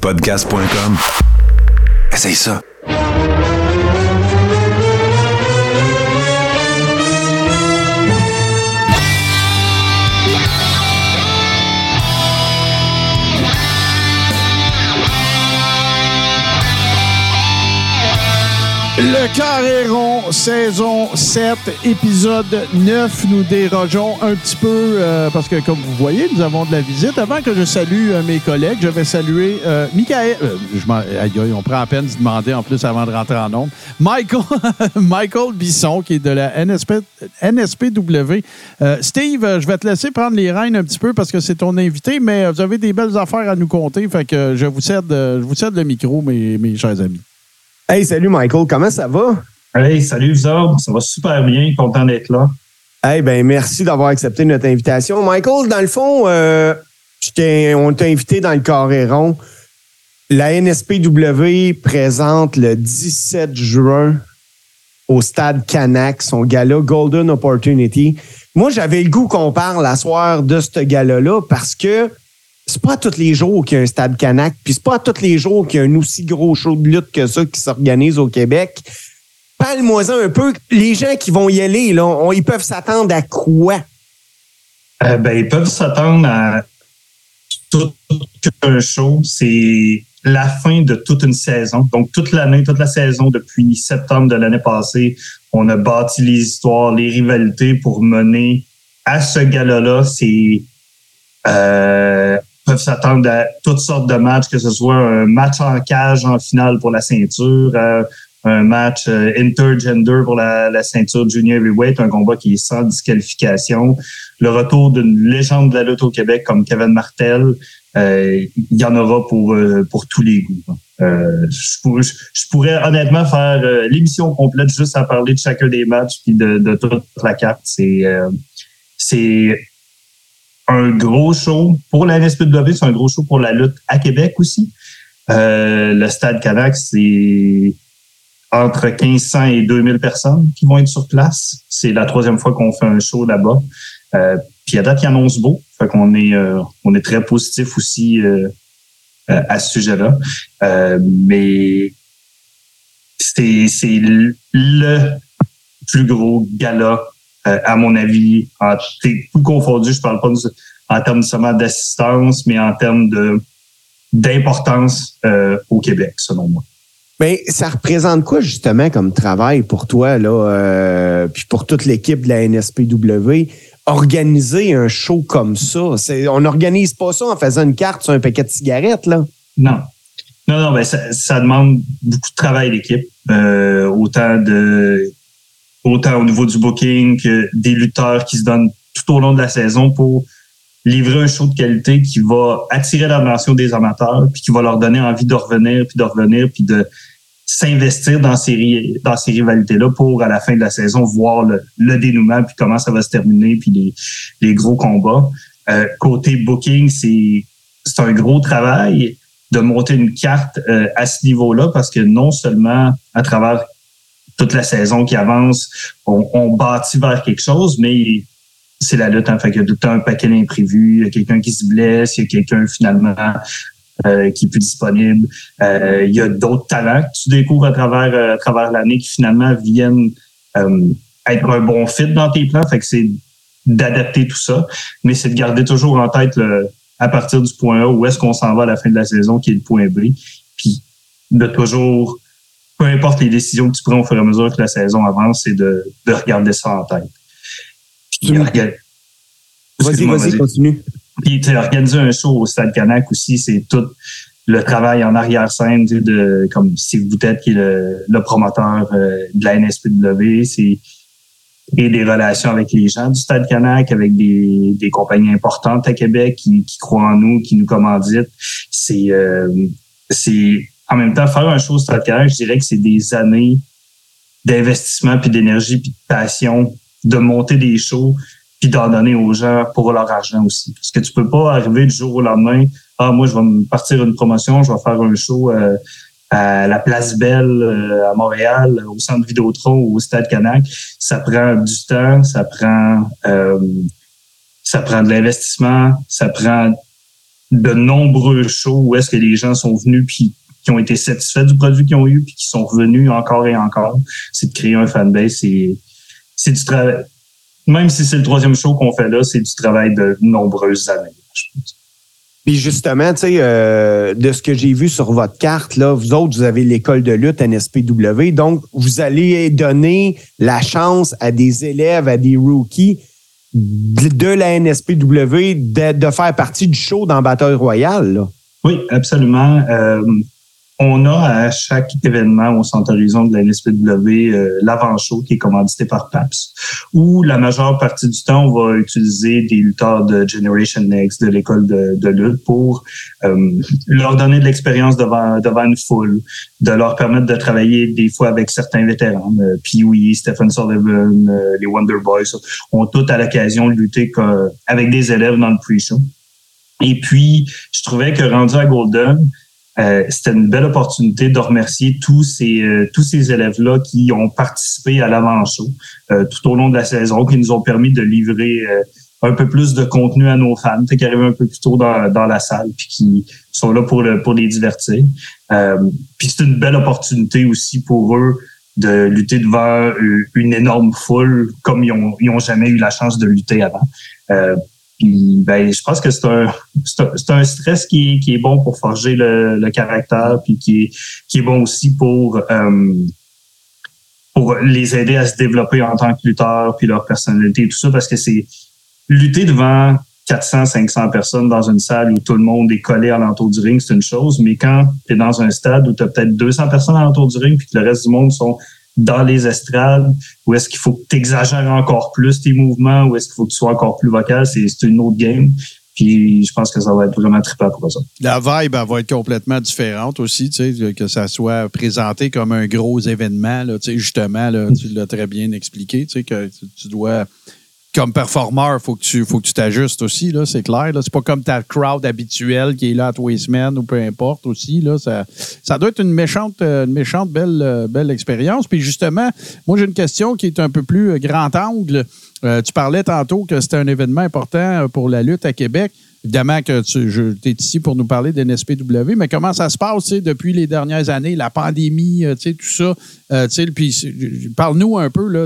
Podcast.com. Essaye ça. Le Carré rond, saison 7, épisode 9. Nous dérogeons un petit peu parce que, comme vous voyez, nous avons de la visite. Avant que je salue mes collègues, je vais saluer Michael. On prend à peine de demander en plus avant de rentrer en nombre. Michael Bisson, qui est de la NSPW. Steve, je vais te laisser prendre les rênes un petit peu parce que c'est ton invité, mais vous avez des belles affaires à nous conter. Fait que je vous cède le micro, mes chers amis. Hey, salut Michael, comment ça va? Hey, salut vous autres, ça va super bien, content d'être là. Hey, ben merci d'avoir accepté notre invitation. Michael, dans le fond, on t'a invité dans le Carré rond. La NSPW présente le 17 juin au Stade Canac son gala Golden Opportunity. Moi, j'avais le goût qu'on parle à soir de ce gala-là parce que c'est pas à tous les jours qu'il y a un Stade Canac, puis c'est pas à tous les jours qu'il y a un aussi gros show de lutte que ça qui s'organise au Québec. Parle-moi-en un peu. Les gens qui vont y aller, là, ils peuvent s'attendre à quoi? Ils peuvent s'attendre à tout un show. C'est la fin de toute une saison. Donc, toute l'année, toute la saison, depuis septembre de l'année passée, on a bâti les histoires, les rivalités pour mener à ce gala-là. C'est... peuvent s'attendre à toutes sortes de matchs, que ce soit un match en cage en finale pour la ceinture, un match intergender pour la ceinture junior heavyweight, un combat qui est sans disqualification, le retour d'une légende de la lutte au Québec comme Kevin Martel, il y en aura pour tous les goûts. Je pourrais honnêtement faire l'émission complète juste à parler de chacun des matchs puis de toute la carte. C'est un gros show pour la NSPW, c'est un gros show pour la lutte à Québec aussi. Le Stade Canac, c'est entre 1500 et 2000 personnes qui vont être sur place. C'est la 3e fois qu'on fait un show là-bas. Puis à date, il annonce beau. Fait qu'on est très positif aussi à ce sujet-là. Mais c'est le plus gros gala à mon avis, tout confondu, je parle pas en termes seulement d'assistance, mais en termes d'importance au Québec, selon moi. Mais ça représente quoi, justement, comme travail pour toi, là, puis pour toute l'équipe de la NSPW, organiser un show comme ça? On n'organise pas ça en faisant une carte sur un paquet de cigarettes, là? Non, ça demande beaucoup de travail d'équipe, autant au niveau du booking que des lutteurs qui se donnent tout au long de la saison pour livrer un show de qualité qui va attirer l'attention des amateurs puis qui va leur donner envie de revenir puis de s'investir dans ces rivalités-là pour, à la fin de la saison, voir le dénouement puis comment ça va se terminer puis les gros combats. Côté booking, c'est un gros travail de monter une carte à ce niveau-là parce que non seulement à travers toute la saison qui avance, on bâtit vers quelque chose, mais c'est la lutte. Fait qu'il y a tout le temps un paquet d'imprévus, il y a quelqu'un qui se blesse, il y a quelqu'un finalement qui est plus disponible. Il y a d'autres talents que tu découvres à travers l'année qui finalement viennent être un bon fit dans tes plans. Fait que c'est d'adapter tout ça, mais c'est de garder toujours en tête à partir du point A où est-ce qu'on s'en va à la fin de la saison, qui est le point B, puis de toujours... Peu importe les décisions que tu prends au fur et à mesure que la saison avance, c'est de regarder ça en tête. Puis, vas-y, continue. Puis, organiser un show au Stade Canac aussi, c'est tout le travail en arrière-scène comme Steve Boutette, qui est le promoteur de la NSPW. C'est et des relations avec les gens du Stade Canac, avec des compagnies importantes à Québec qui croient en nous, qui nous commanditent. C'est en même temps, faire un show au Stade Canac, je dirais que c'est des années d'investissement, puis d'énergie, puis de passion, de monter des shows, puis d'en donner aux gens pour leur argent aussi. Parce que tu peux pas arriver du jour au lendemain, moi, je vais me partir une promotion, je vais faire un show à la Place Belle, à Montréal, au Centre Vidéotron ou au Stade Canac. Ça prend du temps, ça prend de l'investissement, ça prend de nombreux shows où est-ce que les gens sont venus puis qui ont été satisfaits du produit qu'ils ont eu puis qui sont revenus encore et encore. C'est de créer un fanbase. C'est du travail. Même si c'est le 3e show qu'on fait là, c'est du travail de nombreuses années, je pense. Puis justement, tu sais, de ce que j'ai vu sur votre carte, là, vous autres, vous avez l'école de lutte NSPW, donc vous allez donner la chance à des élèves, à des rookies de la NSPW de faire partie du show dans Battle Royale, là. Oui, absolument. On a à chaque événement au Centre Horizon de la NSPW l'avant-show qui est commandité par PAPS, où la majeure partie du temps, on va utiliser des lutteurs de Generation Next, de l'école de lutte, pour leur donner de l'expérience devant une foule, de leur permettre de travailler des fois avec certains vétérans, Pee-wee, Stephen Sullivan, les Wonder Boys, ont toutes à l'occasion de lutter avec des élèves dans le pre-show. Et puis, je trouvais que rendu à Golden, c'était une belle opportunité de remercier tous ces élèves-là qui ont participé à l'avant-show tout au long de la saison, qui nous ont permis de livrer un peu plus de contenu à nos fans, qui arrivent un peu plus tôt dans la salle, puis qui sont là pour les divertir. Puis c'est une belle opportunité aussi pour eux de lutter devant une énorme foule comme ils ont jamais eu la chance de lutter avant. Puis, ben, je pense que c'est un stress qui est bon pour forger le caractère, puis qui est bon aussi pour les aider à se développer en tant que lutteur, puis leur personnalité et tout ça, parce que c'est lutter devant 400, 500 personnes dans une salle où tout le monde est collé alentour du ring, c'est une chose, mais quand tu es dans un stade où tu as peut-être 200 personnes alentour du ring, puis que le reste du monde sont dans les estrades, où est-ce qu'il faut que tu exagères encore plus tes mouvements, où est-ce qu'il faut que tu sois encore plus vocal, c'est une autre game. Puis je pense que ça va être vraiment trippant pour ça. La vibe, elle va être complètement différente aussi, tu sais, que ça soit présenté comme un gros événement, là, tu sais, justement, là, tu l'as très bien expliqué, tu sais, que tu dois... Comme performeur, faut que tu t'ajustes aussi, là, c'est clair. Là. C'est pas comme ta crowd habituelle qui est là à tous les semaines ou peu importe aussi. Là, ça doit être une méchante belle expérience. Puis justement, moi j'ai une question qui est un peu plus grand angle. Tu parlais tantôt que c'était un événement important pour la lutte à Québec. Évidemment que tu es ici pour nous parler de NSPW, mais comment ça se passe depuis les dernières années, la pandémie, tout ça. Puis parle-nous un peu là,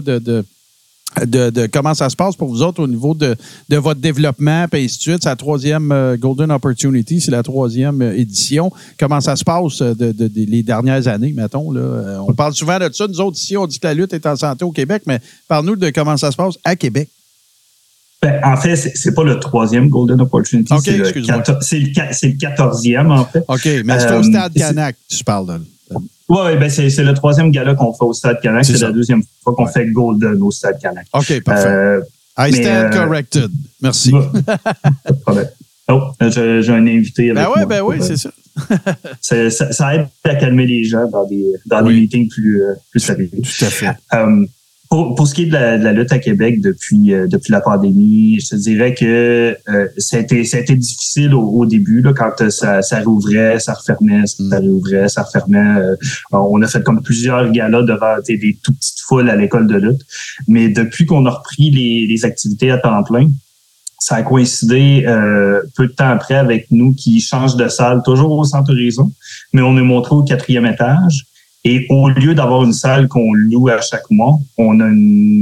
de comment ça se passe pour vous autres au niveau de votre développement, puis ainsi de suite. C'est la 3e Golden Opportunity, c'est la 3e édition. Comment ça se passe les dernières années, mettons? Là? On parle souvent de ça. Nous autres, ici, on dit que la lutte est en santé au Québec, mais parle-nous de comment ça se passe à Québec. Ben, en fait, c'est pas le 3e Golden Opportunity, okay, c'est le 14e, en fait. OK, mais c'est au Stade Canac que tu parles, là. Oui, ben c'est le 3e gala qu'on fait au Stade Canac. C'est la 2e fois qu'on fait Golden au Stade Canac. OK, parfait. I stand corrected. Merci. Pas de problème. Oh, j'ai un invité avec moi. Ben oui, c'est ça. Ça aide à calmer les gens dans des meetings plus sérieux. Tout à fait. Pour ce qui est de la lutte à Québec depuis la pandémie, je te dirais que ça a été difficile au début là, quand ça réouvrait, ça refermait, ça réouvrait, ça refermait. On a fait comme plusieurs galas devant des tout petites foules à l'école de lutte. Mais depuis qu'on a repris les activités à temps plein, ça a coïncidé peu de temps après avec nous qui change de salle, toujours au Centre Horizon, mais on est monté au 4e étage. Et au lieu d'avoir une salle qu'on loue à chaque mois, on a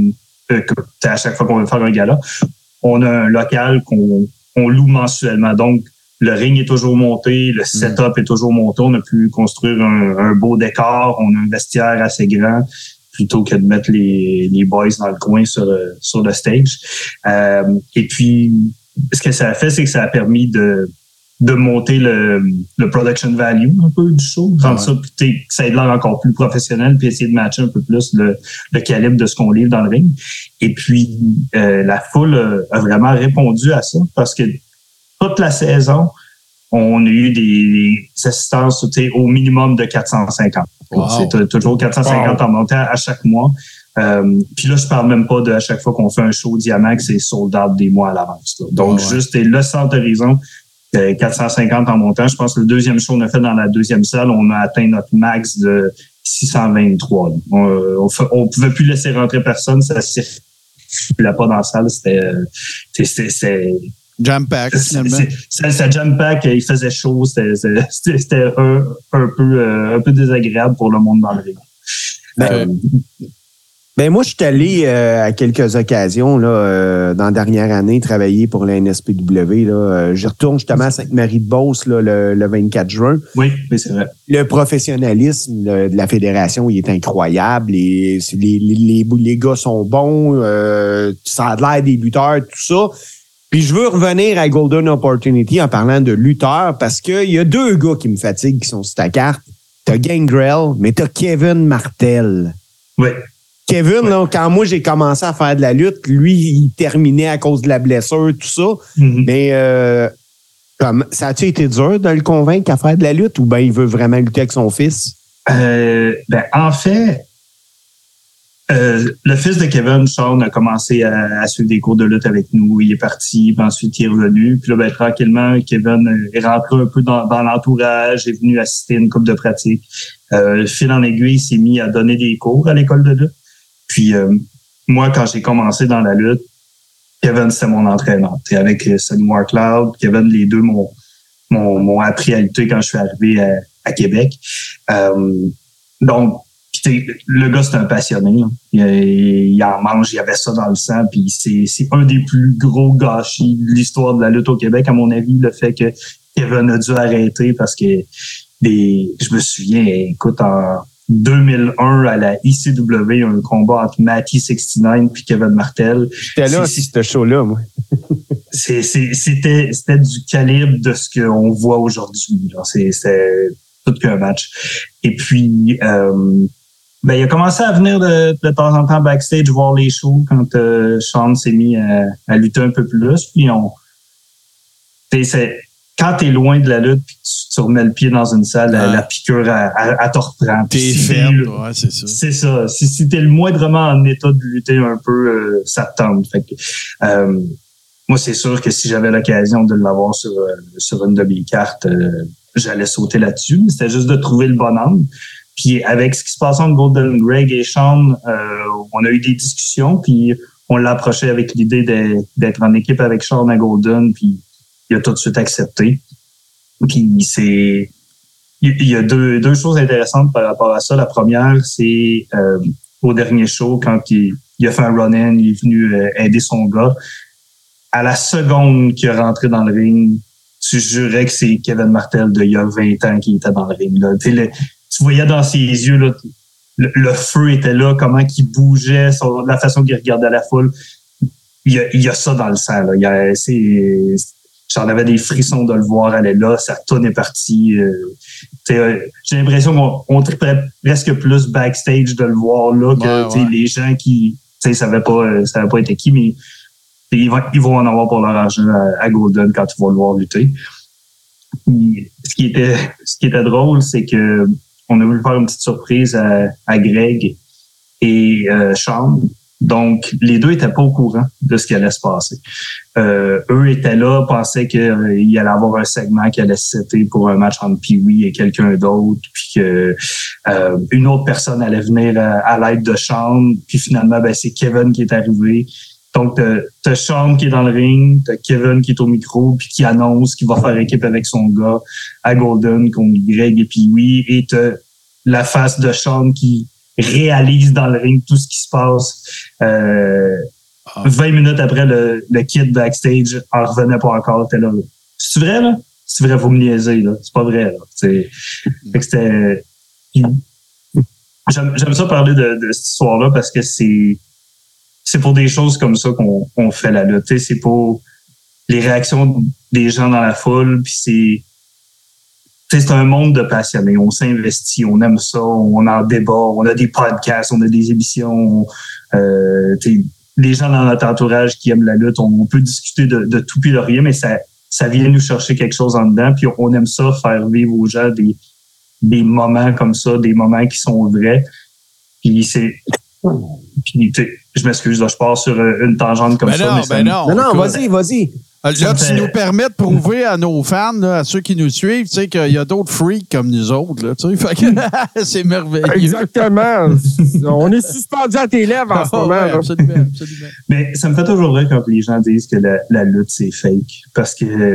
à chaque fois qu'on veut faire un gala, on a un local qu'on loue mensuellement. Donc, le ring est toujours monté, le setup est toujours monté. On a pu construire un beau décor, on a un vestiaire assez grand plutôt que de mettre les boys dans le coin sur le stage. Et puis, ce que ça a fait, c'est que ça a permis de monter le production value un peu du show, rendre ça, que ça ait l'air encore plus professionnel, puis essayer de matcher un peu plus le calibre de ce qu'on livre dans le ring. Et puis, la foule a vraiment répondu à ça, parce que toute la saison, on a eu des assistances au minimum de 450. Wow. C'est toujours 450 en montant à chaque mois. Puis là, je parle même pas de à chaque fois qu'on fait un show Diamant, c'est sold out des mois à l'avance. Là. Donc, juste le Centre Horizon, 450 en montant. Je pense que le 2e show qu'on a fait dans la 2e salle, on a atteint notre max de 623. Là. On pouvait plus laisser rentrer personne, ça circulait pas dans la salle. Jam pack, finalement. Ça jam pack, il faisait chaud, c'était un peu désagréable pour le monde dans le ring. Ben moi, je suis allé à quelques occasions là, dans la dernière année travailler pour la NSPW. J'y retourne justement à Sainte-Marie-de-Beauce là, le 24 juin. Oui, c'est vrai. Le professionnalisme de la fédération, il est incroyable. Les gars sont bons. Ça a l'air des lutteurs, tout ça. Puis je veux revenir à Golden Opportunity en parlant de lutteurs parce qu'il y a deux gars qui me fatiguent qui sont sur ta carte. T'as Gangrel, mais t'as Kevin Martel. Oui. Kevin, là, quand moi j'ai commencé à faire de la lutte, lui, il terminait à cause de la blessure, tout ça. Mm-hmm. Mais ça a-tu été dur de le convaincre à faire de la lutte ou bien il veut vraiment lutter avec son fils? En fait, le fils de Kevin, Sean, a commencé à suivre des cours de lutte avec nous. Il est parti, puis ensuite il est revenu. Puis là, tranquillement, Kevin est rentré un peu dans l'entourage, est venu assister à une couple de pratiques. Fil en aiguille, il s'est mis à donner des cours à l'école de lutte. Puis moi, quand j'ai commencé dans la lutte, Kevin, c'était mon entraîneur. Avec Sonny Warcloud, Kevin, les deux m'ont appris à lutter quand je suis arrivé à Québec. Donc, le gars, c'est un passionné. Il en mange, il avait ça dans le sang. Puis c'est un des plus gros gâchis de l'histoire de la lutte au Québec, à mon avis, le fait que Kevin a dû arrêter parce que je me souviens, écoute, en 2001 à la ICW, un combat entre Matty 69 puis Kevin Martel. J'étais là aussi, ce show-là, moi. C'était du calibre de ce qu'on voit aujourd'hui. C'était tout qu'un match. Et puis, il a commencé à venir de temps en temps backstage voir les shows quand Sean s'est mis à lutter un peu plus. Puis quand t'es loin de la lutte puis tu remets le pied dans une salle, la piqûre, elle te reprend. T'es faible, ouais, c'est ça. C'est ça. Si t'es le moindrement en état de lutter un peu, ça te tente. Fait que, moi, c'est sûr que si j'avais l'occasion de l'avoir sur une de mes cartes, j'allais sauter là-dessus. C'était juste de trouver le bon angle. Puis avec ce qui se passait entre Golden, Greg et Sean, on a eu des discussions, puis on l'a approché avec l'idée d'être en équipe avec Sean à Golden, puis il a tout de suite accepté. Puis il y a deux choses intéressantes par rapport à ça. La première, c'est au dernier show, quand il a fait un run-in, il est venu aider son gars. À la seconde qu'il est rentré dans le ring, tu jurais que c'est Kevin Martel d'il y a 20 ans qui était dans le ring. Là. Tu voyais dans ses yeux, là, le feu était là, comment il bougeait, la façon qu'il regardait la foule. Il y a ça dans le sang. Là. J'en avais des frissons de le voir aller là, sa tourne est partie. J'ai l'impression qu'on triperait presque plus backstage de le voir là que les gens qui savaient pas été qui, mais ils vont en avoir pour leur argent à Golden quand ils vont le voir lutter. Puis, ce qui était drôle, c'est que on a voulu faire une petite surprise à Greg et Sean. Donc, les deux étaient pas au courant de ce qui allait se passer. Eux étaient là, pensaient qu'il allait avoir un segment qui allait se setter pour un match entre Pee-wee et quelqu'un d'autre, puis que une autre personne allait venir à l'aide de Sean, puis finalement, c'est Kevin qui est arrivé. Donc, t'as Sean qui est dans le ring, t'as Kevin qui est au micro, puis qui annonce qu'il va faire équipe avec son gars à Golden contre Greg et Pee-wee, et t'as la face de Sean qui réalise dans le ring tout ce qui se passe. 20 minutes après, le kid backstage en revenait pas encore. T'es là. C'est vrai, là? C'est vrai, vous me niaisez, là. C'est pas vrai, là. Fait que c'était... J'aime ça parler de cette histoire-là parce que c'est pour des choses comme ça qu'on fait la lutte. C'est pour les réactions des gens dans la foule, puis c'est un monde de passionnés. On s'investit, on aime ça, on en débat, on a des podcasts, on a des émissions. Les gens dans notre entourage qui aiment la lutte, on peut discuter de tout puis de rien, mais ça vient nous chercher quelque chose en dedans. Puis on aime ça, faire vivre aux gens des moments comme ça, des moments qui sont vrais. Puis je m'excuse, là, je pars sur une tangente comme ça. Non, vas-y. Là, tu nous permets de prouver à nos fans, là, à ceux qui nous suivent, tu sais, qu'il y a d'autres freaks comme nous autres. Là, tu sais, fait que c'est merveilleux. Exactement. On est suspendu à tes lèvres en ce moment. Ouais, absolument. Mais ça me fait toujours rire quand les gens disent que la lutte, c'est fake. Parce que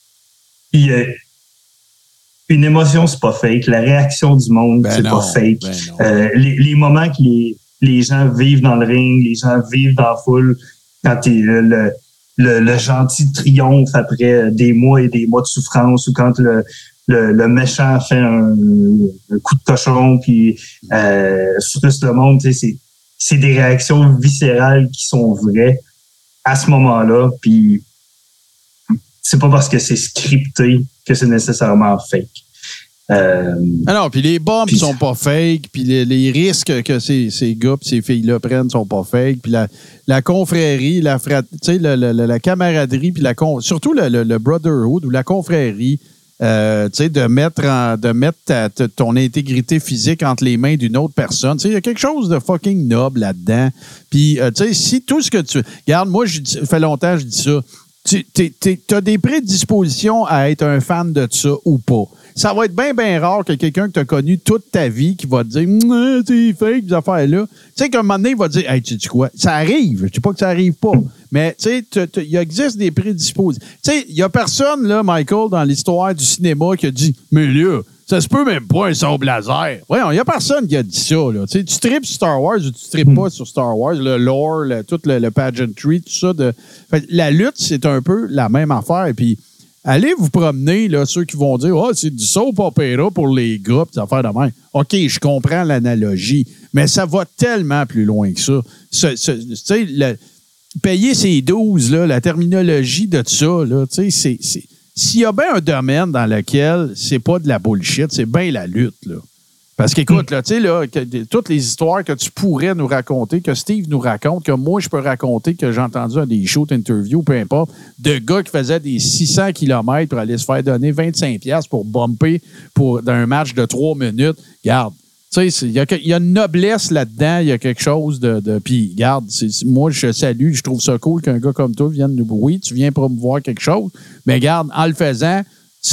une émotion, c'est pas fake. La réaction du monde, c'est pas fake. Les moments que les gens vivent dans le ring, les gens vivent dans la foule, quand t'es le gentil triomphe après des mois et des mois de souffrance, ou quand le méchant fait un coup de cochon puis frustre le monde, tu sais, c'est des réactions viscérales qui sont vraies à ce moment-là, puis c'est pas parce que c'est scripté que c'est nécessairement fake. Non, puis les bombes sont pas fake, puis les risques que ces gars et ces filles-là prennent sont pas fake, puis la confrérie, la camaraderie, puis surtout le brotherhood ou la confrérie, de mettre ton intégrité physique entre les mains d'une autre personne. Il y a quelque chose de fucking noble là-dedans. Puis, si tout ce que tu... Regarde, moi, ça fait longtemps que je dis ça. Tu as des prédispositions à être un fan de ça ou pas. Ça va être bien, bien rare que quelqu'un que tu as connu toute ta vie qui va te dire c'est fake, ces affaires-là. Tu sais, qu'à un moment donné, il va te dire hey, tu sais quoi? Ça arrive. Je dis pas que ça arrive pas. Mais, tu sais, il existe des prédispositions. Tu sais, il y a personne, là, Michael, dans l'histoire du cinéma qui a dit mais là, ça se peut même pas un sabre laser. Voyons, il y a personne qui a dit ça, là. Tu sais, tu tripes sur Star Wars ou tu tripes pas sur Star Wars, le lore, tout le pageantry, tout ça. Fait, la lutte, c'est un peu la même affaire. Et puis, allez vous promener, là, ceux qui vont dire c'est du soap opera pour les gars, pis des affaires de même. OK, je comprends l'analogie, mais ça va tellement plus loin que ça. Tu sais, payer ses 12, là, la terminologie de ça, là, tu sais, c'est s'il y a bien un domaine dans lequel c'est pas de la bullshit, c'est bien la lutte, là. Parce qu'écoute, là, tu sais, là, toutes les histoires que tu pourrais nous raconter, que Steve nous raconte, que moi, je peux raconter, que j'ai entendu à des shows d'interview, peu importe, de gars qui faisaient des 600 km pour aller se faire donner 25$ pour bumper dans un match de 3 minutes. Regarde, tu sais, il y a une noblesse là-dedans, il y a quelque chose de puis, regarde, moi, je salue, je trouve ça cool qu'un gars comme toi vienne nous... Oui, tu viens promouvoir quelque chose, mais regarde, en le faisant,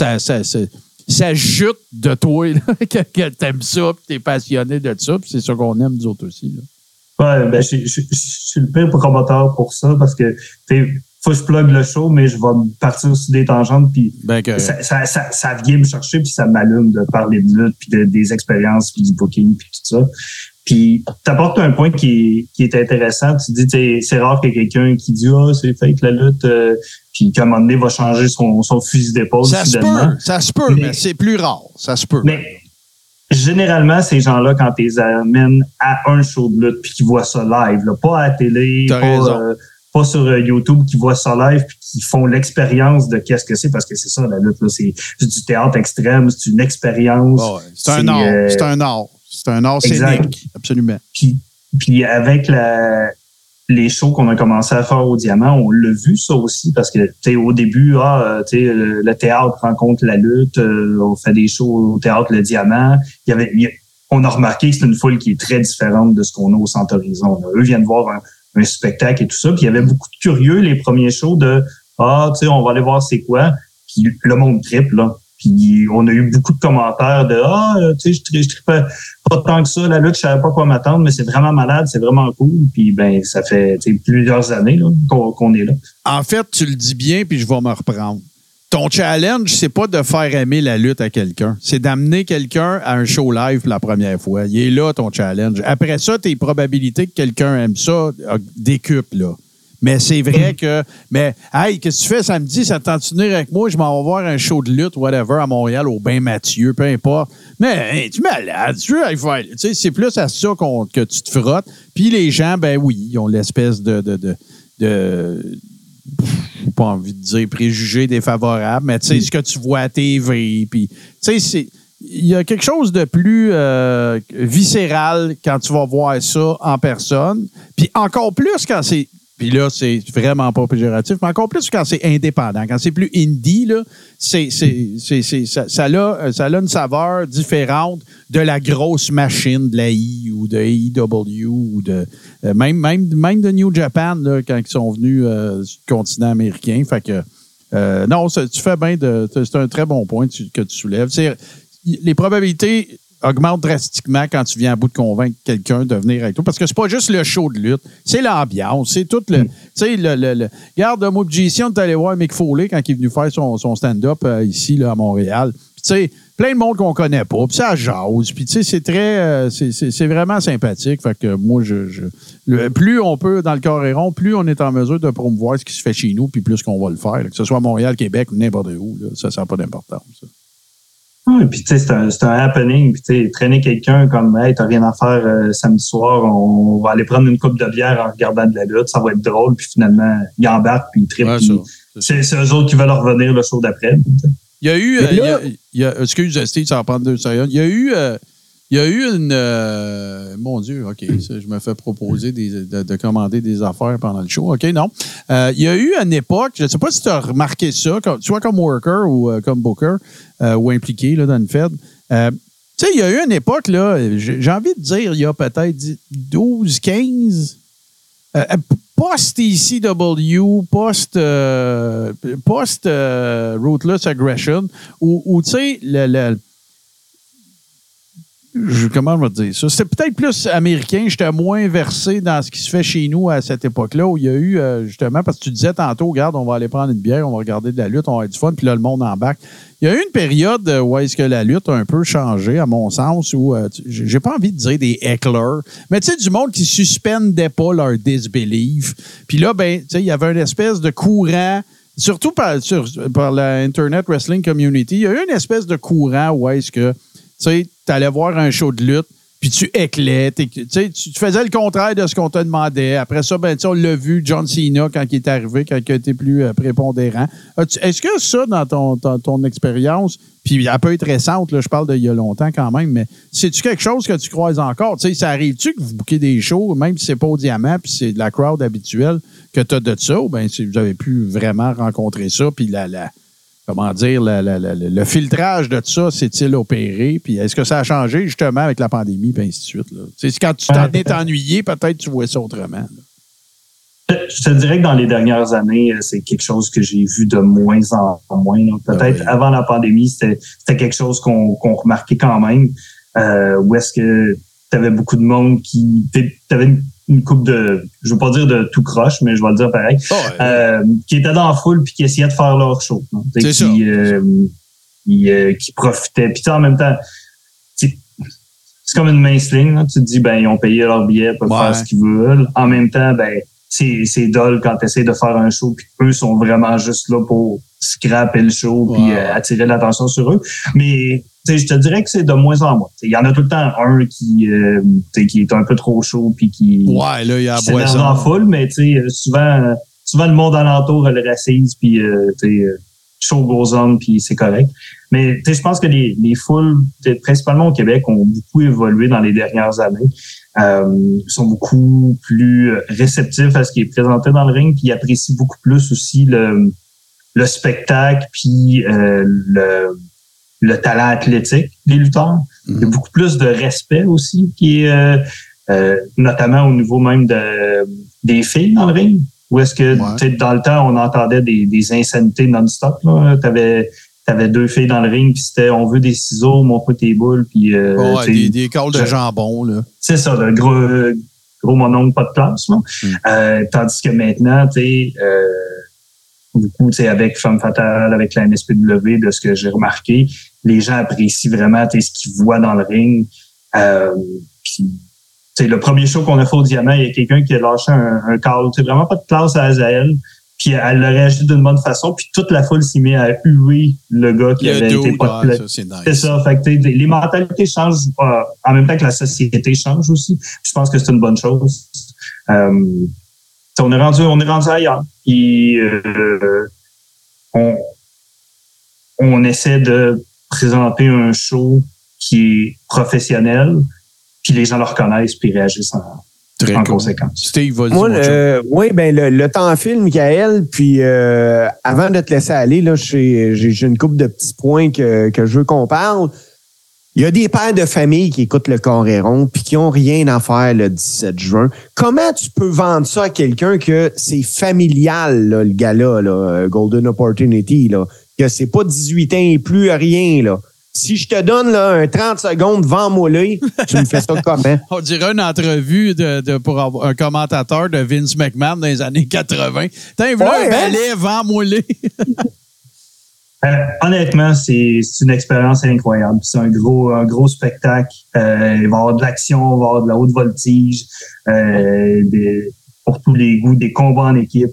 ça jute de toi, là, que t'aimes ça, puis t'es passionné de ça, puis c'est ça qu'on aime, nous autres aussi. Là. Ouais, ben, je suis le pire promoteur pour ça, parce que, faut que je plug le show, mais je vais me partir sur des tangentes, puis ça vient me chercher, puis ça m'allume de parler de lutte, puis des expériences, puis du booking, puis tout ça. Puis t'apportes un point qui est intéressant. Tu dis, c'est rare qu'il y ait quelqu'un qui dit c'est fake la lutte, puis qu'à un moment donné va changer son fusil d'épaule. Ça se peut, mais c'est plus rare. Ça se peut. Mais généralement, ces gens-là, quand ils les amènent à un show de lutte, puis qu'ils voient ça live, là, pas à la télé, pas sur YouTube, qui voient ça live, puis qui font l'expérience de qu'est-ce que c'est, parce que c'est ça la lutte, là, c'est du théâtre extrême, c'est une expérience. Oh, c'est un art. C'est un art. C'est un art scénique, absolument. Puis avec les shows qu'on a commencé à faire au Diamant, on l'a vu ça aussi, parce que au début, le théâtre rencontre la lutte, on fait des shows au théâtre Le Diamant. On a remarqué que c'est une foule qui est très différente de ce qu'on a au Centre Horizon. Eux viennent voir un spectacle et tout ça, puis il y avait beaucoup de curieux les premiers shows de on va aller voir c'est quoi. Puis le monde triple, là. Puis on a eu beaucoup de commentaires de je trippais pas tant que ça, la lutte, je savais pas quoi m'attendre, mais c'est vraiment malade, c'est vraiment cool. Puis ben ça fait plusieurs années là, qu'on est là. En fait, tu le dis bien, puis je vais me reprendre. Ton challenge, c'est pas de faire aimer la lutte à quelqu'un, c'est d'amener quelqu'un à un show live pour la première fois. Il est là ton challenge. Après ça, tes probabilités que quelqu'un aime ça décuplent, là. Mais c'est vrai que... Mais, hey, qu'est-ce que tu fais samedi? Ça te tente de venir avec moi? Je m'en vais voir un show de lutte, whatever, à Montréal, au Bain Mathieu, peu importe. Mais, hey, tu es malade. Tu veux aller faire... Tu sais, c'est plus à ça que tu te frottes. Puis les gens, ben oui, ils ont l'espèce de pas envie de dire préjugés défavorables, mais tu sais, ce que tu vois à TV, puis... Tu sais, il y a quelque chose de plus viscéral quand tu vas voir ça en personne. Puis encore plus quand c'est... Puis là, c'est vraiment pas péjoratif, mais encore plus quand c'est indépendant. Quand c'est plus indie, là, ça a une saveur différente de la grosse machine de la I ou de AEW ou de même de New Japan là, quand ils sont venus du continent américain. Fait que Non, tu fais bien c'est un très bon point que tu soulèves. Les probabilités augmentent drastiquement quand tu viens à bout de convaincre quelqu'un de venir avec toi. Parce que c'est pas juste le show de lutte, c'est l'ambiance, c'est tout le. Tu sais, regarde, moi, JC, on est allé voir Mick Foley quand il est venu faire son stand-up ici, là, à Montréal. Puis, tu sais, plein de monde qu'on connaît pas, puis ça jase, puis tu sais, c'est très... c'est vraiment sympathique. Fait que moi, plus on peut, dans le Coréron, plus on est en mesure de promouvoir ce qui se fait chez nous, puis plus qu'on va le faire. Là, que ce soit à Montréal, Québec ou n'importe où, là, ça n'a pas d'importance. Ça. Oui, puis tu sais, c'est un happening. Puis tu sais, traîner quelqu'un comme « Hey, t'as rien à faire samedi soir, on va aller prendre une coupe de bière en regardant de la lutte, ça va être drôle. » Puis finalement, ils embarquent, puis ils trippent. Ouais, c'est eux autres qui veulent revenir le show d'après. Il y a eu... excuse, Steve, ça va prendre 2 secondes. Il y a eu une... mon Dieu, OK, ça, je me fais proposer de commander des affaires pendant le show. OK, non. Il y a eu une époque, je ne sais pas si tu as remarqué ça, soit comme worker ou comme booker ou impliqué là, dans une fed. Tu sais, il y a eu une époque, là, j'ai envie de dire, il y a peut-être 12, 15... post-ECW, post-Ruthless Aggression, où tu sais, comment on va dire ça? C'était peut-être plus américain. J'étais moins versé dans ce qui se fait chez nous à cette époque-là, où il y a eu, justement, parce que tu disais tantôt, regarde, on va aller prendre une bière, on va regarder de la lutte, on va avoir du fun, puis là, le monde embarque. Il y a eu une période où est-ce que la lutte a un peu changé, à mon sens, où j'ai pas envie de dire des hecklers, mais tu sais, du monde qui suspendait pas leur disbelief. Puis là, ben, tu sais, il y avait une espèce de courant, surtout par la Internet Wrestling Community, il y a eu une espèce de courant où est-ce que, tu sais, t'allais voir un show de lutte, puis tu éclais, tu faisais le contraire de ce qu'on te demandait. Après ça, ben, on l'a vu, John Cena, quand il est arrivé, quand il a été plus prépondérant. Est-ce que ça, dans ton expérience, puis elle peut être récente, là, je parle d'il y a longtemps quand même, mais c'est-tu quelque chose que tu croises encore? Tu sais, ça arrive-tu que vous bouquez des shows, même si c'est pas au Diamant, puis c'est de la crowd habituelle, que tu as de ça, ou bien si vous avez pu vraiment rencontrer ça, puis comment dire, le filtrage de ça s'est-il opéré? Puis est-ce que ça a changé justement avec la pandémie, puis ainsi de suite? Là? Quand tu t'en es ennuyé, peut-être tu vois ça autrement. Là. Je te dirais que dans les dernières années, c'est quelque chose que j'ai vu de moins en moins. Là. Peut-être avant la pandémie, c'était quelque chose qu'on remarquait quand même. Où est-ce que tu avais beaucoup de monde qui... T'avais une couple de, je veux pas dire de tout croche, mais je vais le dire pareil, qui étaient dans la foule puis qui essayaient de faire leur show. Qui profitaient. Puis en même temps, c'est comme une mince ligne. Là. Tu te dis, ben ils ont payé leur billet pour faire ce qu'ils veulent. En même temps, ben c'est dole quand tu essaies de faire un show puis eux sont vraiment juste là pour scraper le show puis attirer l'attention sur eux. Mais je te dirais que c'est de moins en moins. Il y en a tout le temps un qui est un peu trop chaud puis qui s'énerve en foule, mais souvent le monde alentour le rassise puis show goes on puis c'est correct. Mais je pense que les foules, principalement au Québec, ont beaucoup évolué dans les dernières années. Sont beaucoup plus réceptifs à ce qui est présenté dans le ring puis ils apprécient beaucoup plus aussi le spectacle puis le talent athlétique des lutteurs. Il y a beaucoup plus de respect aussi, qui est notamment au niveau même des filles dans le ring. Où est-ce que dans le temps, on entendait des insanités non-stop. T'avais 2 filles dans le ring, puis c'était on veut des ciseaux, montre tes boules, puis des calls de jambon, là. C'est ça, le gros mononcle, pas de classe, là. Tandis que maintenant, beaucoup, avec Femme Fatale, avec la NSPW, de ce que j'ai remarqué, les gens apprécient vraiment ce qu'ils voient dans le ring. Puis, le premier show qu'on a fait au Diamant, il y a quelqu'un qui a lâché un call, vraiment pas de classe à Azael, puis elle l'a réagi d'une bonne façon, puis toute la foule s'est mise à huer le gars qui avait été pas de c'est nice. C'est ça, fait que les mentalités changent en même temps que la société change aussi. Je pense que c'est une bonne chose. On est rendu ailleurs. Puis on essaie de présenter un show qui est professionnel, puis les gens le reconnaissent puis réagissent en conséquence. Steve, vas-y. Moi, le temps file, Michael, puis avant de te laisser aller, là, j'ai une couple de petits points que je veux qu'on parle. Il y a des pères de famille qui écoutent le Coréron puis qui n'ont rien à faire le 17 juin. Comment tu peux vendre ça à quelqu'un que c'est familial, là, le gars-là, là, Golden Opportunity, là, que c'est pas 18 ans et plus, rien, là. Si je te donne là, un 30 secondes, vends-moi là, tu me fais ça comment? On dirait une entrevue pour avoir un commentateur de Vince McMahon dans les années 80. T'as voilà un balai, vends-moi là. Honnêtement, c'est une expérience incroyable. C'est un gros spectacle. Il va y avoir de l'action, il va y avoir de la haute voltige, pour tous les goûts, des combats en équipe,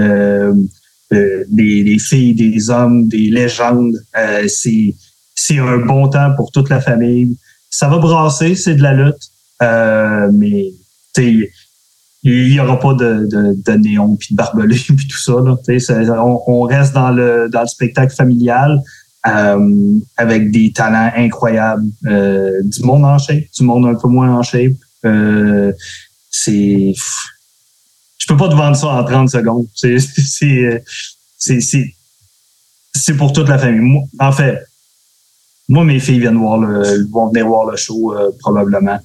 des filles, des hommes, des légendes. C'est un bon temps pour toute la famille. Ça va brasser, c'est de la lutte, mais il n'y aura pas de néon puis de barbelés puis tout ça. Là. On reste dans le spectacle familial avec des talents incroyables, du monde en shape, du monde un peu moins en shape. Je peux pas te vendre ça en 30 secondes. C'est pour toute la famille. Moi, mes filles vont venir voir le show probablement.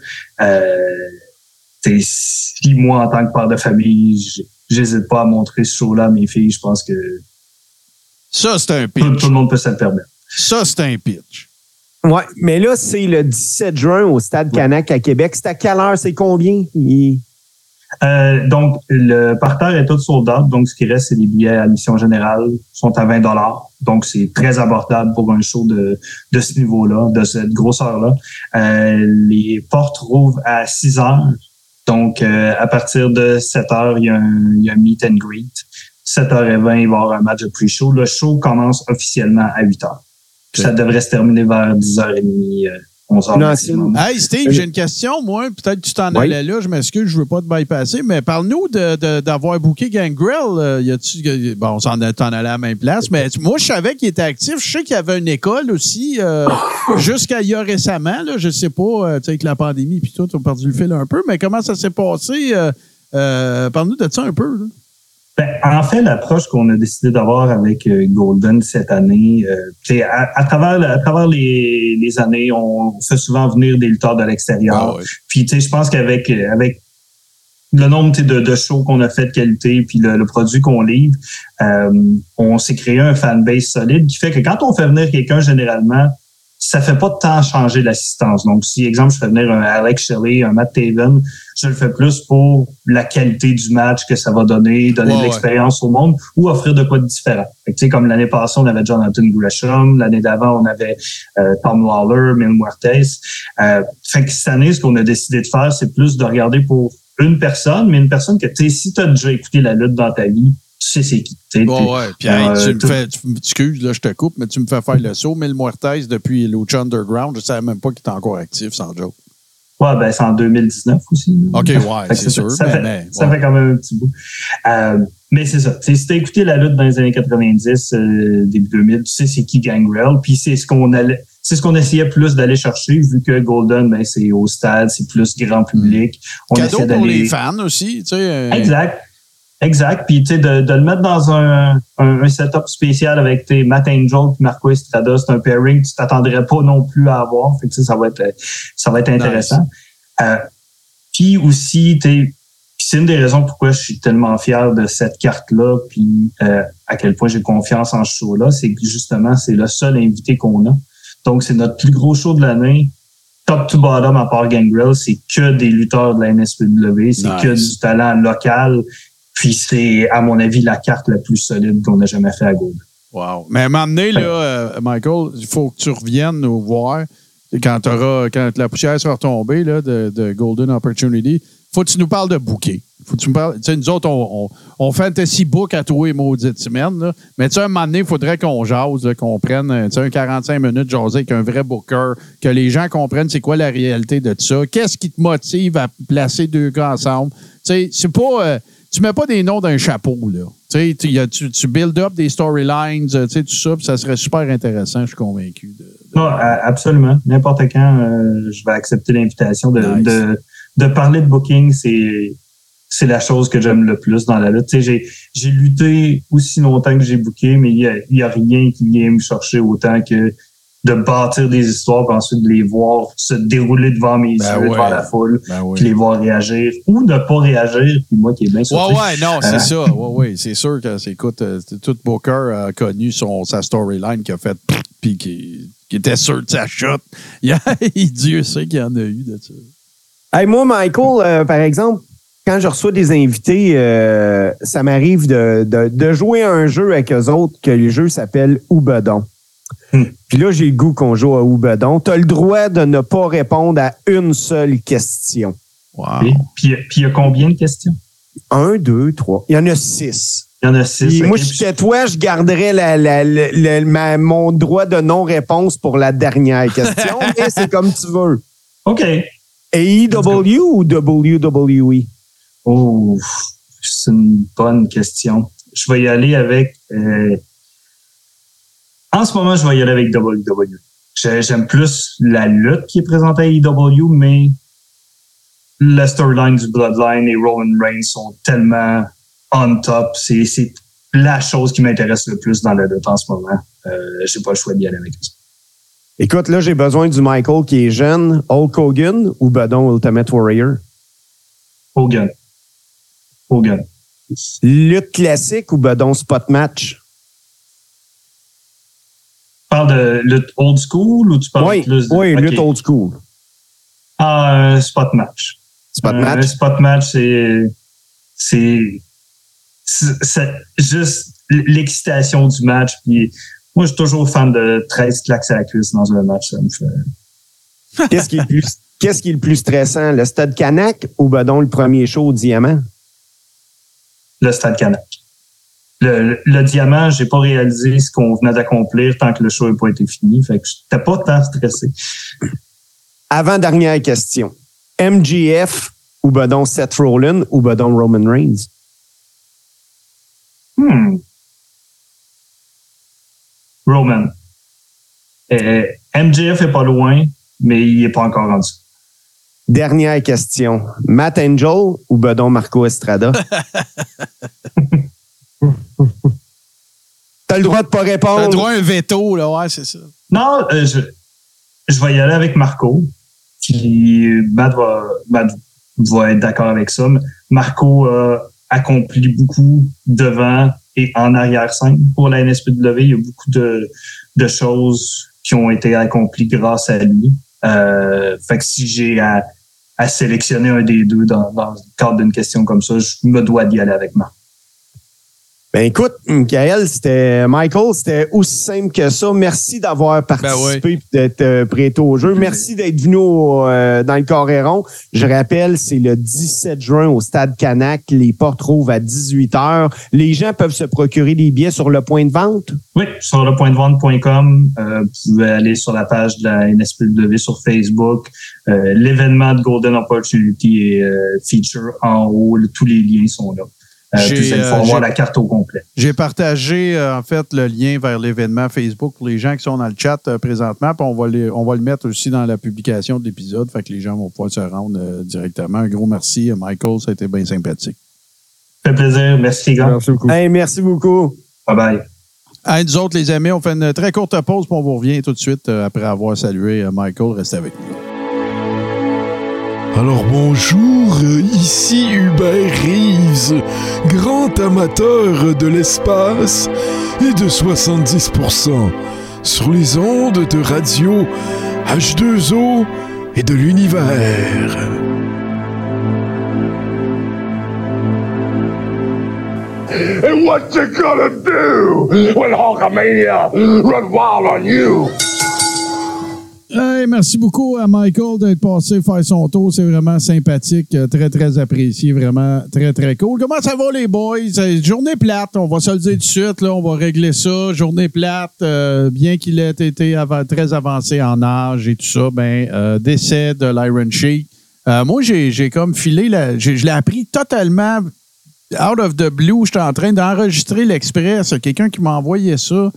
Si moi, en tant que père de famille, j'hésite pas à montrer ce show-là à mes filles, je pense que ça, c'est un pitch. Tout le monde peut se le permettre. Ça, c'est un pitch. Ouais, mais là, c'est le 17 juin au Stade Canac à Québec. C'est à quelle heure? C'est combien? Donc, le parterre est tout sold out. Donc, ce qui reste, c'est les billets à admission générale sont à 20 $. Donc, c'est très abordable pour un show de ce niveau-là, de cette grosseur-là. Les portes rouvrent à 6 heures. Donc, à partir de 7 heures, il y a un meet and greet. 7h20, il va y avoir un match de pre-show. Le show commence officiellement à 8 heures. Puis ça devrait se terminer vers 10h30, 11h maximum. Hey, Steve, j'ai une question, moi. Peut-être que tu t'en allais là. Je m'excuse, je veux pas te bypasser. Mais parle-nous d'avoir booké Gangrel. Bon, on t'en allait à la même place. Mais moi, je savais qu'il était actif. Je sais qu'il y avait une école aussi jusqu'à il y a récemment. Là, je sais pas, avec la pandémie puis tout, on a perdu le fil un peu. Mais comment ça s'est passé? Parle-nous de ça un peu. Là. En fait, l'approche qu'on a décidé d'avoir avec Golden cette année, à travers les années, on fait souvent venir des lutteurs de l'extérieur. Ah ouais. Puis, je pense qu'avec le nombre de shows qu'on a fait de qualité, puis le produit qu'on livre, on s'est créé un fanbase solide qui fait que quand on fait venir quelqu'un, généralement, ça fait pas tant changer l'assistance. Donc, si, exemple, je fais venir un Alex Shelley, un Matt Taven, je le fais plus pour la qualité du match que ça va donner de l'expérience au monde ou offrir de quoi de différent. Fait que, comme l'année passée, on avait Jonathan Gresham. L'année d'avant, on avait Tom Lawler, Mil Muertes. Fait que cette année, ce qu'on a décidé de faire, c'est plus de regarder pour une personne, mais une personne que, si tu as déjà écouté la lutte dans ta vie, tu sais c'est qui. Puis excuse, là, je te coupe, mais tu me fais faire le saut. Mil Muertes, depuis Lucha Underground, je ne savais même pas qu'il était encore actif, sans joke. Ouais, ben c'est en 2019 aussi. OK, ouais, c'est sûr. Ça fait quand même un petit bout. Mais c'est ça. Si tu as écouté la lutte dans les années 90, début 2000, tu sais c'est qui Gangrel, puis c'est ce qu'on essayait plus d'aller chercher, vu que Golden, ben c'est au stade, c'est plus grand public. On cadeau pour les fans aussi, tu sais. Exact. Puis, tu sais, de le mettre dans un setup spécial avec Matt Angel et Marco Estrada, c'est un pairing que tu t'attendrais pas non plus à avoir. Fait que, ça va être intéressant. Nice. Puis aussi, c'est une des raisons pourquoi je suis tellement fier de cette carte-là, puis à quel point j'ai confiance en ce show-là, c'est que justement, c'est le seul invité qu'on a. Donc, c'est notre plus gros show de l'année. Top to bottom, à part Gangrel, c'est que des lutteurs de la NSPW, c'est que du talent local. Puis c'est, à mon avis, la carte la plus solide qu'on a jamais fait à Golden. Wow. Mais à un moment donné, là, Michael, il faut que tu reviennes nous voir quand la poussière sera tombée là, de Golden Opportunity. Faut que tu nous parles de booker. Faut que tu me parles. Tu sais, nous autres, on fantasy book à tous les maudites semaines. Là. Mais tu sais, à un moment donné, il faudrait qu'on jase, là, qu'on prenne un 45 minutes jaser avec un vrai booker, que les gens comprennent c'est quoi la réalité de ça. Qu'est-ce qui te motive à placer deux gars ensemble? Tu sais, c'est pas. Tu mets pas des noms d'un chapeau, là. Tu build up des storylines, tout ça, puis ça serait super intéressant, je suis convaincu. Non, absolument. N'importe quand, je vais accepter l'invitation de parler de booking. C'est la chose que j'aime le plus dans la lutte. J'ai lutté aussi longtemps que j'ai booké, mais il y a rien qui vient me chercher autant que de bâtir des histoires, puis ensuite de les voir se dérouler devant mes yeux, devant la foule, puis les voir réagir ou ne pas réagir, puis moi qui est bien surpris. Non, c'est ça. C'est sûr que, écoute, tout Booker a connu sa storyline qui a fait puis qui était sûr de sa shot. Dieu sait qu'il y en a eu de ça. Hey, moi, Michael, par exemple, quand je reçois des invités, ça m'arrive de jouer à un jeu avec eux autres, que le jeu s'appelle Oubedon. Puis là, j'ai le goût qu'on joue à Oubedon. Tu as le droit de ne pas répondre à une seule question. Wow. Puis il y a combien de questions? 1, 2, 3. Il y en a 6. Il y en a 6. Puis moi, si j'étais toi, je garderais mon droit de non-réponse pour la dernière question, mais c'est comme tu veux. OK. AEW ou WWE? Oh, c'est une bonne question. Je vais y aller avec... En ce moment, je vais y aller avec WWE. J'aime plus la lutte qui est présentée à AEW, mais la storyline du Bloodline et Roman Reigns sont tellement on top. C'est la chose qui m'intéresse le plus dans la lutte en ce moment. J'ai pas le choix d'y aller avec ça. Écoute, là, j'ai besoin du Michael qui est jeune. Hulk Hogan ou Bedon Ultimate Warrior? Hogan. Lutte classique ou Bedon Spot Match? Tu parles de lutte old school ou tu parles plus de... Oui, lutte old school. Spot match. Spot match? Spot match, c'est juste l'excitation du match. Puis moi, je suis toujours fan de 13 claques à la cuisse dans un match. Ça me fait... Qu'est-ce qui est le plus stressant? Le Stade Canac ou Bedon le premier show au Diamant? Le Stade Canac. Le Diamant, j'ai pas réalisé ce qu'on venait d'accomplir tant que le show n'a pas été fini. Fait que j'étais pas tant stressé. Avant-dernière question. MJF ou Bedon Seth Rollins ou Bedon Roman Reigns? Roman. MJF est pas loin, mais il est pas encore rendu. Dernière question. Matt Angel ou Bedon Marco Estrada? T'as le droit de pas répondre. T'as le droit à un veto, là, ouais, c'est ça. Non, je vais y aller avec Marco. Puis Matt va être d'accord avec ça. Marco a accompli beaucoup devant et en arrière-scène pour la NSPW. Il y a beaucoup de choses qui ont été accomplies grâce à lui. Fait que si j'ai à sélectionner un des deux dans le cadre d'une question comme ça, je me dois d'y aller avec Marco. Ben écoute, Michael, c'était aussi simple que ça. Merci d'avoir participé et d'être prêté au jeu. Merci d'être venu dans le Coréron. Je rappelle, c'est le 17 juin au Stade Canac. Les portes rouvrent à 18h. Les gens peuvent se procurer des billets sur le point de vente? Oui, sur lepointdevente.com. Vous pouvez aller sur la page de la NSPW sur Facebook. L'événement de Golden Opportunity est feature en haut. Tous les liens sont là. Il faut voir la carte au complet. J'ai partagé, en fait, le lien vers l'événement Facebook pour les gens qui sont dans le chat présentement. Puis on va le mettre aussi dans la publication de l'épisode. Fait que les gens vont pouvoir se rendre directement. Un gros merci, Michael. Ça a été bien sympathique. Ça fait plaisir. Merci, les gars. Merci beaucoup. Hey, merci beaucoup. Bye-bye. Hey, nous autres, les amis, on fait une très courte pause. Puis on vous revient tout de suite après avoir salué Michael. Restez avec nous. Alors bonjour, ici Hubert Reeves, grand amateur de l'espace et de 70% sur les ondes de radio H2O et de l'univers. And what you gonna do when Hulkamania run wild on you? Hey, merci beaucoup à Michael d'être passé faire son tour. C'est vraiment sympathique, très, très apprécié, vraiment très, très cool. Comment ça va, les boys? Journée plate, on va se le dire tout de suite, là, on va régler ça. Journée plate, bien qu'il ait été très avancé en âge et tout ça, décès de l'Iron Sheik. Moi, j'ai comme filé, je l'ai appris totalement out of the blue. J'étais en train d'enregistrer l'Express. Quelqu'un qui m'a envoyé ça.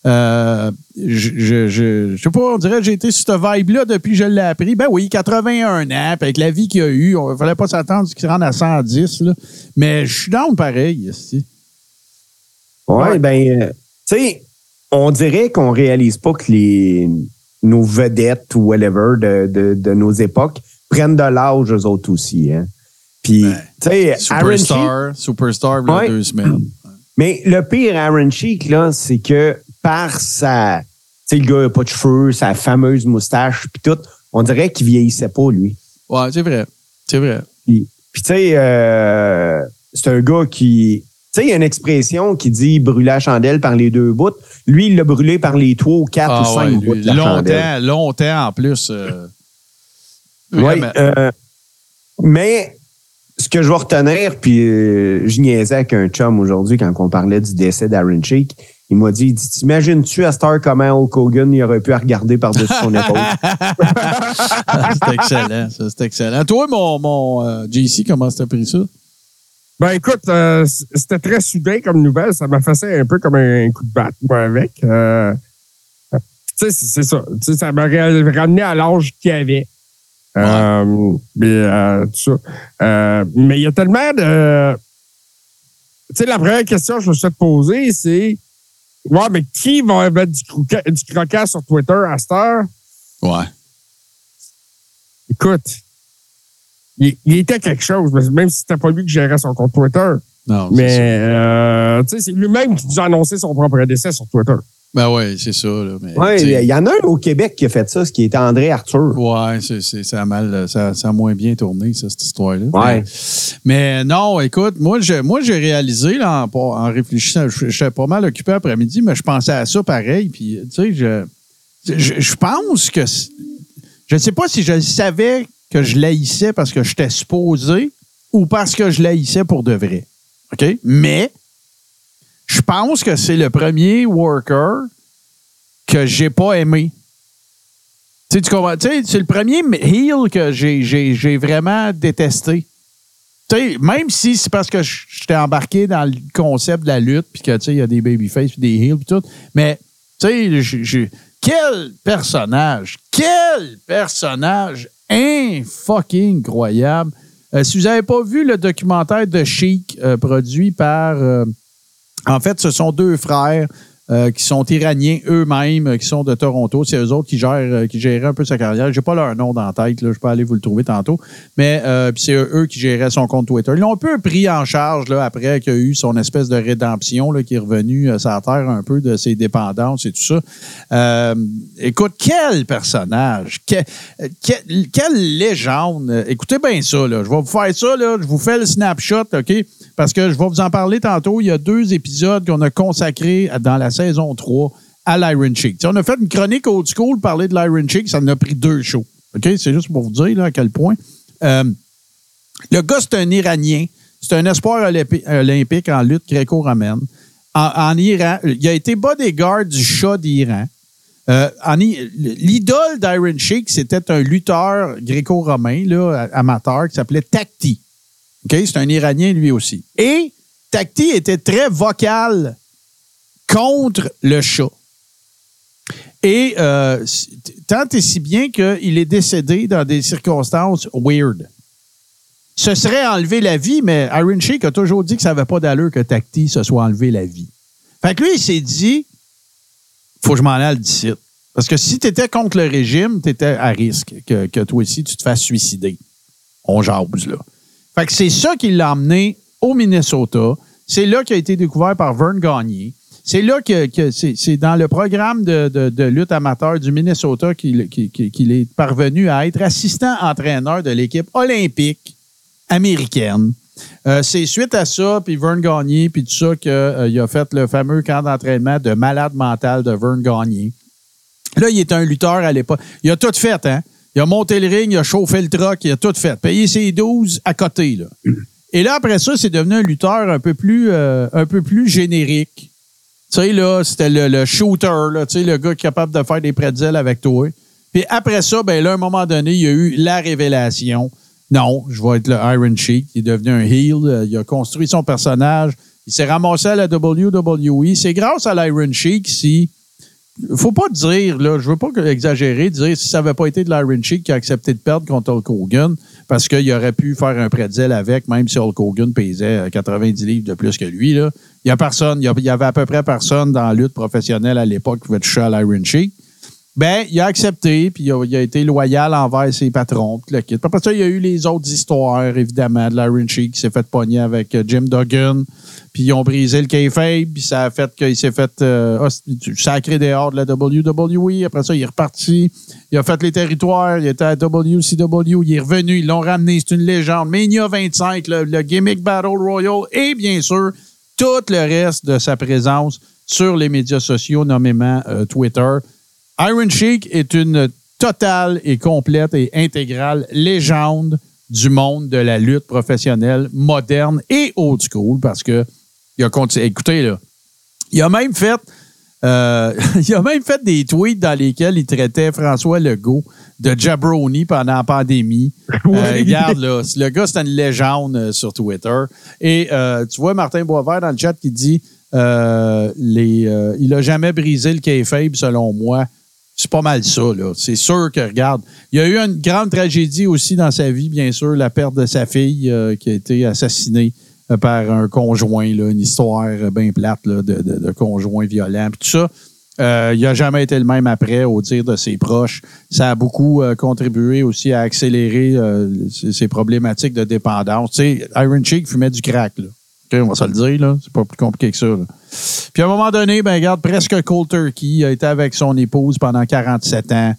Je sais pas, on dirait que j'ai été sur cette vibe-là depuis que je l'ai appris. Ben oui, 81 ans, avec la vie qu'il a eue, il fallait pas s'attendre qu'il se rende à 110, là. Mais je suis down pareil, ici. Ouais, tu sais, on dirait qu'on réalise pas que nos vedettes ou whatever de nos époques prennent de l'âge, eux autres aussi. Hein. Puis, tu sais, Superstar, il y a 2 semaines. Mais le pire, Aaron Sheik, là, c'est que par sa... Tu sais, le gars n'a pas de cheveux, sa fameuse moustache, puis tout, on dirait qu'il vieillissait pas, lui. Ouais, c'est vrai. Puis tu sais, c'est un gars qui... Tu sais, il y a une expression qui dit « brûler la chandelle par les 2 bouts ». Lui, il l'a brûlé par les 3 ou 4 ou 5 bouts de la chandelle. Longtemps, en plus. Oui, mais ce que je vais retenir, puis je niaisais avec un chum aujourd'hui quand on parlait du décès d'Aaron Sheik. Il m'a dit, t'imagines-tu à cette heure comment Hulk Hogan il aurait pu la regarder par-dessus son épaule? C'est excellent, ça, c'est excellent. Toi, mon JC, comment t'as pris ça? Ben écoute, c'était très soudain comme nouvelle. Ça m'a fait un peu comme un coup de batte, moi, avec. Tu sais, c'est ça. Tu sais, ça m'a ramené à l'âge qu'il avait. Tout ça. Mais il y a tellement de... Tu sais, la première question que je me suis posée, c'est... Ouais, mais qui va mettre du croquant sur Twitter à cette heure? Ouais. Écoute, il était quelque chose, même si c'était pas lui qui gérait son compte Twitter. Non, mais tu sais, c'est lui-même qui nous a annoncé son propre décès sur Twitter. Ben oui, c'est ça. Là, oui, il y en a un au Québec qui a fait ça, ce qui était André Arthur. Oui, ça a moins bien tourné, ça, cette histoire-là. Ouais. Mais non, écoute, moi j'ai réalisé, là, en réfléchissant, j'étais pas mal occupé après-midi, mais je pensais à ça pareil. Puis, tu sais, je pense que... Je ne sais pas si je savais que je l'haïssais parce que j'étais supposé ou parce que je l'haïssais pour de vrai. OK? Mais... je pense que c'est le premier worker que j'ai pas aimé. Tu comprends? C'est le premier heel que j'ai vraiment détesté. T'sais, même si c'est parce que j'étais embarqué dans le concept de la lutte, puis que il y a des babyface puis des heels puis tout. Mais quel personnage fucking incroyable. Si vous n'avez pas vu le documentaire de Sheik produit par... en fait, ce sont 2 frères qui sont iraniens eux-mêmes, qui sont de Toronto. C'est eux autres qui géraient un peu sa carrière. Je n'ai pas leur nom dans la tête, là. Je peux aller vous le trouver tantôt. Mais c'est eux qui géraient son compte Twitter. Ils l'ont un peu pris en charge là, après qu'il y a eu son espèce de rédemption là, qui est revenu sur la terre un peu de ses dépendances et tout ça. Écoute, quel personnage! Quelle légende! Écoutez bien ça. Là. Je vais vous faire ça. Là. Je vous fais le snapshot, OK? Parce que je vais vous en parler tantôt. Il y a 2 épisodes qu'on a consacrés dans la saison 3 à l'Iron Sheik. T'sais, on a fait une chronique old school, parler de l'Iron Sheik, ça en a pris 2 shows. OK? C'est juste pour vous dire là, à quel point. Le gars, c'est un Iranien. C'est un espoir olympique en lutte gréco-romaine. En Iran, il a été bodyguard du Shah d'Iran. L'idole d'Iron Sheik, c'était un lutteur gréco-romain là, amateur qui s'appelait Takti. OK? C'est un Iranien, lui aussi. Et Takti était très vocal contre le Shah. Et tant et si bien qu'il est décédé dans des circonstances weird. Ce serait enlever la vie, mais Iron Sheik a toujours dit que ça n'avait pas d'allure que Takti se soit enlevé la vie. Fait que lui, il s'est dit, faut que je m'en aille d'ici. Parce que si tu étais contre le régime, tu étais à risque que toi aussi, tu te fasses suicider. On jase, là. Fait que c'est ça qui l'a emmené au Minnesota. C'est là qu'il a été découvert par Vern Gagne. C'est là que c'est dans le programme de lutte amateur du Minnesota qu'il est parvenu à être assistant-entraîneur de l'équipe olympique américaine. C'est suite à ça, puis Vern Gagne, puis tout ça, qu'il a fait le fameux camp d'entraînement de malade mental de Vern Gagne. Là, il est un lutteur à l'époque. Il a tout fait, hein? Il a monté le ring, il a chauffé le truck, il a tout fait. Payé ses 12 à côté, là. Et là, après ça, c'est devenu un lutteur un peu plus générique. Tu sais, là, c'était le shooter, là, tu sais, le gars capable de faire des pretzels avec toi. Puis après ça, ben là, à un moment donné, il y a eu la révélation. Non, je vais être le Iron Sheik. Il est devenu un heel. Il a construit son personnage. Il s'est ramassé à la WWE. C'est grâce à l'Iron Sheik si... Faut pas dire, là, je veux pas exagérer, dire si ça n'avait pas été de l'Iron Sheik qui a accepté de perdre contre Hulk Hogan, parce qu'il aurait pu faire un pretzel avec, même si Hulk Hogan pesait 90 livres de plus que lui, là. Il y a personne, il y avait à peu près personne dans la lutte professionnelle à l'époque qui pouvait toucher à l'Iron Sheik. Ben, il a accepté, puis il a été loyal envers ses patrons, puis le kit. Puis après ça, il y a eu les autres histoires, évidemment, de l'Iron Sheik qui s'est fait pogner avec Jim Duggan, puis ils ont brisé le kayfabe, puis ça a fait qu'il s'est fait sacré dehors de la WWE. Après ça, il est reparti, il a fait les territoires, il était à WCW, il est revenu, ils l'ont ramené, c'est une légende. Mania 25, le gimmick Battle Royal, et bien sûr, tout le reste de sa présence sur les médias sociaux, nommément Twitter. Iron Sheik est une totale et complète et intégrale légende du monde de la lutte professionnelle moderne et old school parce que il a continué. Écoutez, là, il a même fait des tweets dans lesquels il traitait François Legault de jabroni pendant la pandémie. Regarde, là, le gars, c'est une légende sur Twitter. Et tu vois Martin Boisvert dans le chat qui dit il a jamais brisé le kayfabe, selon moi. C'est pas mal ça, là. C'est sûr que, regarde, il y a eu une grande tragédie aussi dans sa vie, bien sûr, la perte de sa fille qui a été assassinée par un conjoint, là, une histoire bien plate là, de conjoint violent. Puis tout ça, il n'a jamais été le même après, au dire de ses proches. Ça a beaucoup contribué aussi à accélérer ses problématiques de dépendance. Tu sais, Iron Sheik fumait du crack, là. Okay, on va se le dire, là. C'est pas plus compliqué que ça, là. Puis à un moment donné, ben regarde, presque cold turkey. Il a été avec son épouse pendant 47 ans.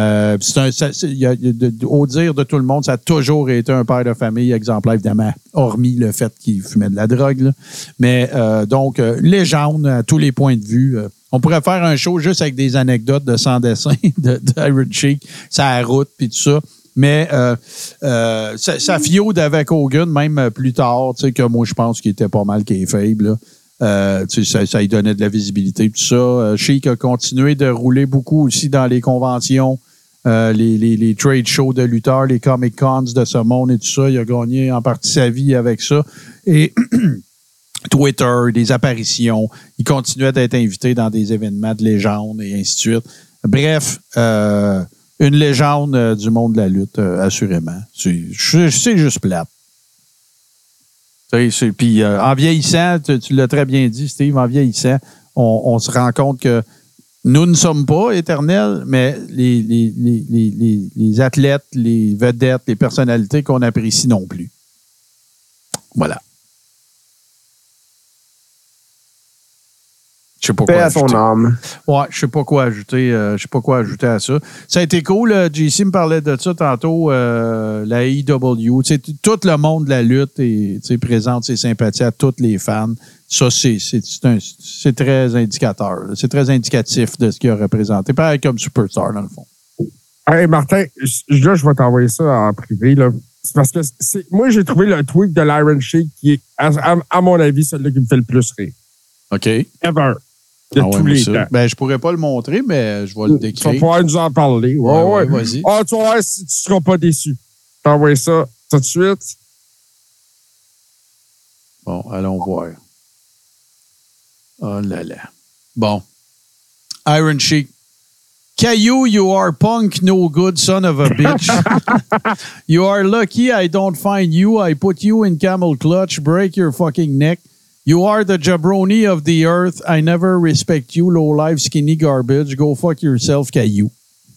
Au dire de tout le monde, ça a toujours été un père de famille exemplaire, évidemment, hormis le fait qu'il fumait de la drogue, là. Mais donc, légende à tous les points de vue. On pourrait faire un show juste avec des anecdotes de sans dessin d'Iron Sheik, sa route, puis tout ça. Mais ça fiode avec Hogan, même plus tard, tu sais, que moi, je pense qu'il était pas mal kayfabe, là. Ça lui donnait de la visibilité, tout ça. Sheik a continué de rouler beaucoup aussi dans les conventions, les trade shows de lutteurs, les Comic Cons de ce monde et tout ça. Il a gagné en partie sa vie avec ça. Et Twitter, des apparitions. Il continuait d'être invité dans des événements de légende et ainsi de suite. Bref, une légende du monde de la lutte, assurément. C'est juste plate. Puis en vieillissant, tu l'as très bien dit, Steve, en vieillissant, on se rend compte que nous ne sommes pas éternels, mais les athlètes, les vedettes, les personnalités qu'on apprécie non plus. Voilà. Je sais pas quoi ajouter. Paix à son âme. Ouais, je sais pas quoi ajouter. Je sais pas quoi ajouter à ça. Ça a été cool. JC me parlait de ça tantôt. La AEW. Tout le monde de la lutte présente ses sympathies à tous les fans. Ça, c'est très indicateur. C'est très indicatif de ce qu'il a représenté. Pareil comme Superstar, dans le fond. Hey, Martin, là, je vais t'envoyer ça en privé, là. C'est parce que moi, j'ai trouvé le tweet de l'Iron Sheik qui est, à mon avis, celui qui me fait le plus rire. OK. Ever. De tous les temps. Ben, je pourrais pas le montrer, mais je vais le décrire. Tu vas pouvoir nous en parler. Ouais. Vas-y. Ah, tu vas voir si tu seras pas déçu. T'envoies ça tout de suite. Bon, allons voir. Oh là là. Bon. Iron Sheik. Caillou, you are punk, no good son of a bitch. You are lucky I don't find you. I put you in camel clutch. Break your fucking neck. You are the jabroni of the earth. I never respect you, low-life, skinny garbage. Go fuck yourself, Caillou.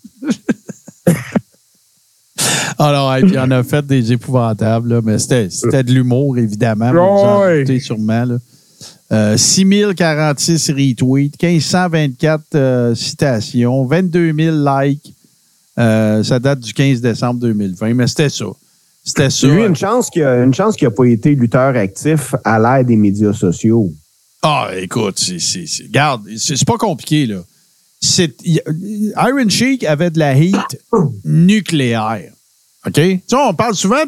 Alors, il en a fait des épouvantables, là, mais c'était de l'humour, évidemment. Vous en doutez sûrement. Là. 6046 retweets, 1524 citations, 22 000 likes. Ça date du 15 décembre 2020, mais c'était ça. C'était ça. Lui, une chance qu'il n'a pas été lutteur actif à l'ère des médias sociaux. Ah, écoute, regarde, c'est pas compliqué, là. Iron Sheik avait de la heat nucléaire. OK? Tu sais, on parle souvent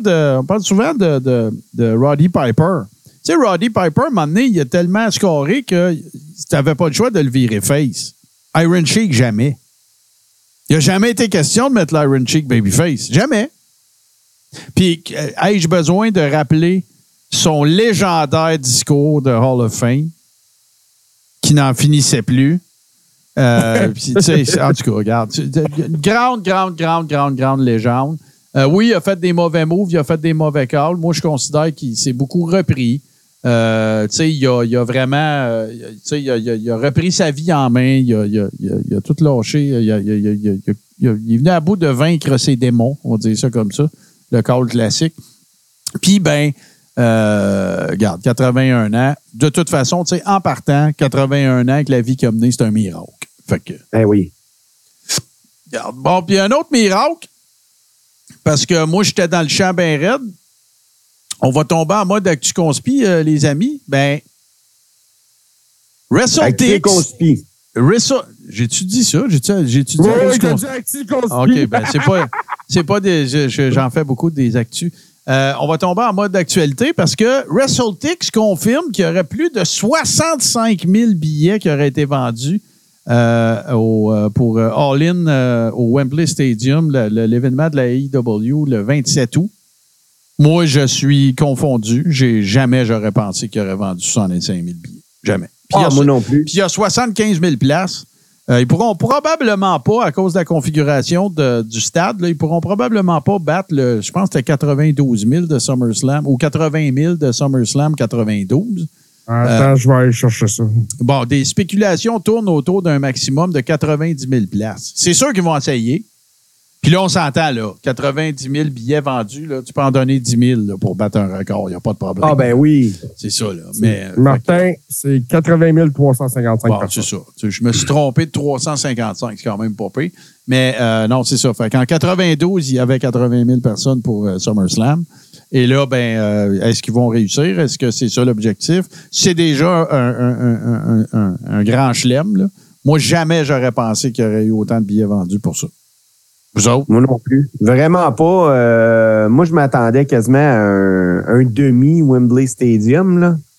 de Roddy Piper. Tu sais, Roddy Piper, à un moment donné, il a tellement scoré que tu n'avais pas le choix de le virer face. Iron Sheik, jamais. Il n'a jamais été question de mettre l'Iron Sheik babyface. Jamais. Puis, ai-je besoin de rappeler son légendaire discours de Hall of Fame qui n'en finissait plus? Puis, tu sais, en tout cas, regarde, une grande légende. Oui, il a fait des mauvais moves, il a fait des mauvais calls. Moi, je considère qu'il s'est beaucoup repris. Tu sais, il a vraiment... tu sais, il a repris sa vie en main. Il a tout lâché. Il est venu à bout de vaincre ses démons, on va dire ça comme ça, le call classique. Puis, regarde, 81 ans. De toute façon, tu sais, en partant, 81 ans avec la vie qu'il a menée, c'est un miracle. Fait que... Ben oui. Regarde. Bon, puis un autre miracle, parce que moi, j'étais dans le champ bien raide. On va tomber en mode Actu Conspi, les amis. Ben, WrestleTix. J'ai-tu dit ça? J'ai-tu dit Actu Conspi? OK, ben, c'est pas des... J'en fais beaucoup des actus. On va tomber en mode d'actualité parce que WrestleTix confirme qu'il y aurait plus de 65 000 billets qui auraient été vendus pour All-In au Wembley Stadium, l'événement de la AEW le 27 août. Moi, je suis confondu. J'aurais pensé qu'il aurait vendu 65 000 billets. Jamais. Moi non plus. Puis il y a 75 000 places. Ils pourront probablement pas, à cause de la configuration du stade, là, ils pourront probablement pas battre je pense que c'était 92 000 de SummerSlam ou 80 000 de SummerSlam 92. Attends, je vais aller chercher ça. Bon, des spéculations tournent autour d'un maximum de 90 000 places. C'est sûr qu'ils vont essayer. Puis là, on s'entend, là, 90 000 billets vendus, là, tu peux en donner 10 000 là, pour battre un record. Il n'y a pas de problème. Ah, ben oui. C'est ça, là. Mais, Martin, c'est 80 355 bon, personnes. c'est ça. Je me suis trompé de 355, c'est quand même pas pire. Mais non, c'est ça. Fait qu'en 92, il y avait 80 000 personnes pour SummerSlam. Et là, est-ce qu'ils vont réussir? Est-ce que c'est ça l'objectif? C'est déjà un grand chelem, là. Moi, jamais j'aurais pensé qu'il y aurait eu autant de billets vendus pour ça. Vous autres? Moi non plus. Vraiment pas. Moi, je m'attendais quasiment à un demi Wembley Stadium.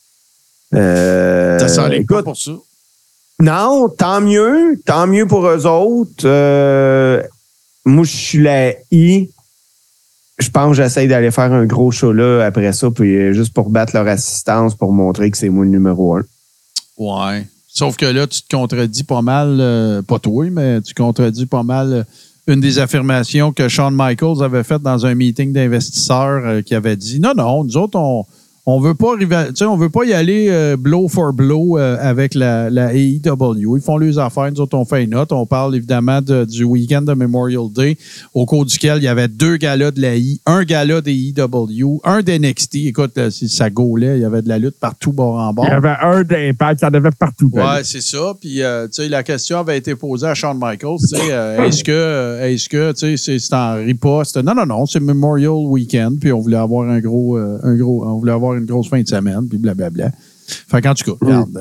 Là. Ça s'en est pas pour ça. Non, tant mieux. Tant mieux pour eux autres. Moi, je suis la I. Je pense que j'essaie d'aller faire un gros show là après ça, puis juste pour battre leur assistance, pour montrer que c'est moi le numéro 1. Ouais. Sauf que là, tu te contredis pas mal, pas toi, mais tu contredis pas mal une des affirmations que Shawn Michaels avait faites dans un meeting d'investisseurs qui avait dit non, nous autres, on veut pas on veut pas y aller blow for blow avec la AEW. Ils font leurs affaires, nous autres, on fait une note. On parle évidemment du week-end de Memorial Day, au cours duquel il y avait 2 galas de la un gala des AEW, un d'NXT. Écoute, ça gaulait, il y avait de la lutte partout, bord en bord. Il y avait un d'Impact, il y en avait partout. Ouais, c'est ça. Puis, tu sais, la question avait été posée à Shawn Michaels, tu sais, est-ce que, tu sais, c'est en riposte? Non, c'est Memorial Weekend, puis on voulait avoir on voulait avoir une grosse fin de semaine, puis blablabla. Fait qu'en tout cas, regarde,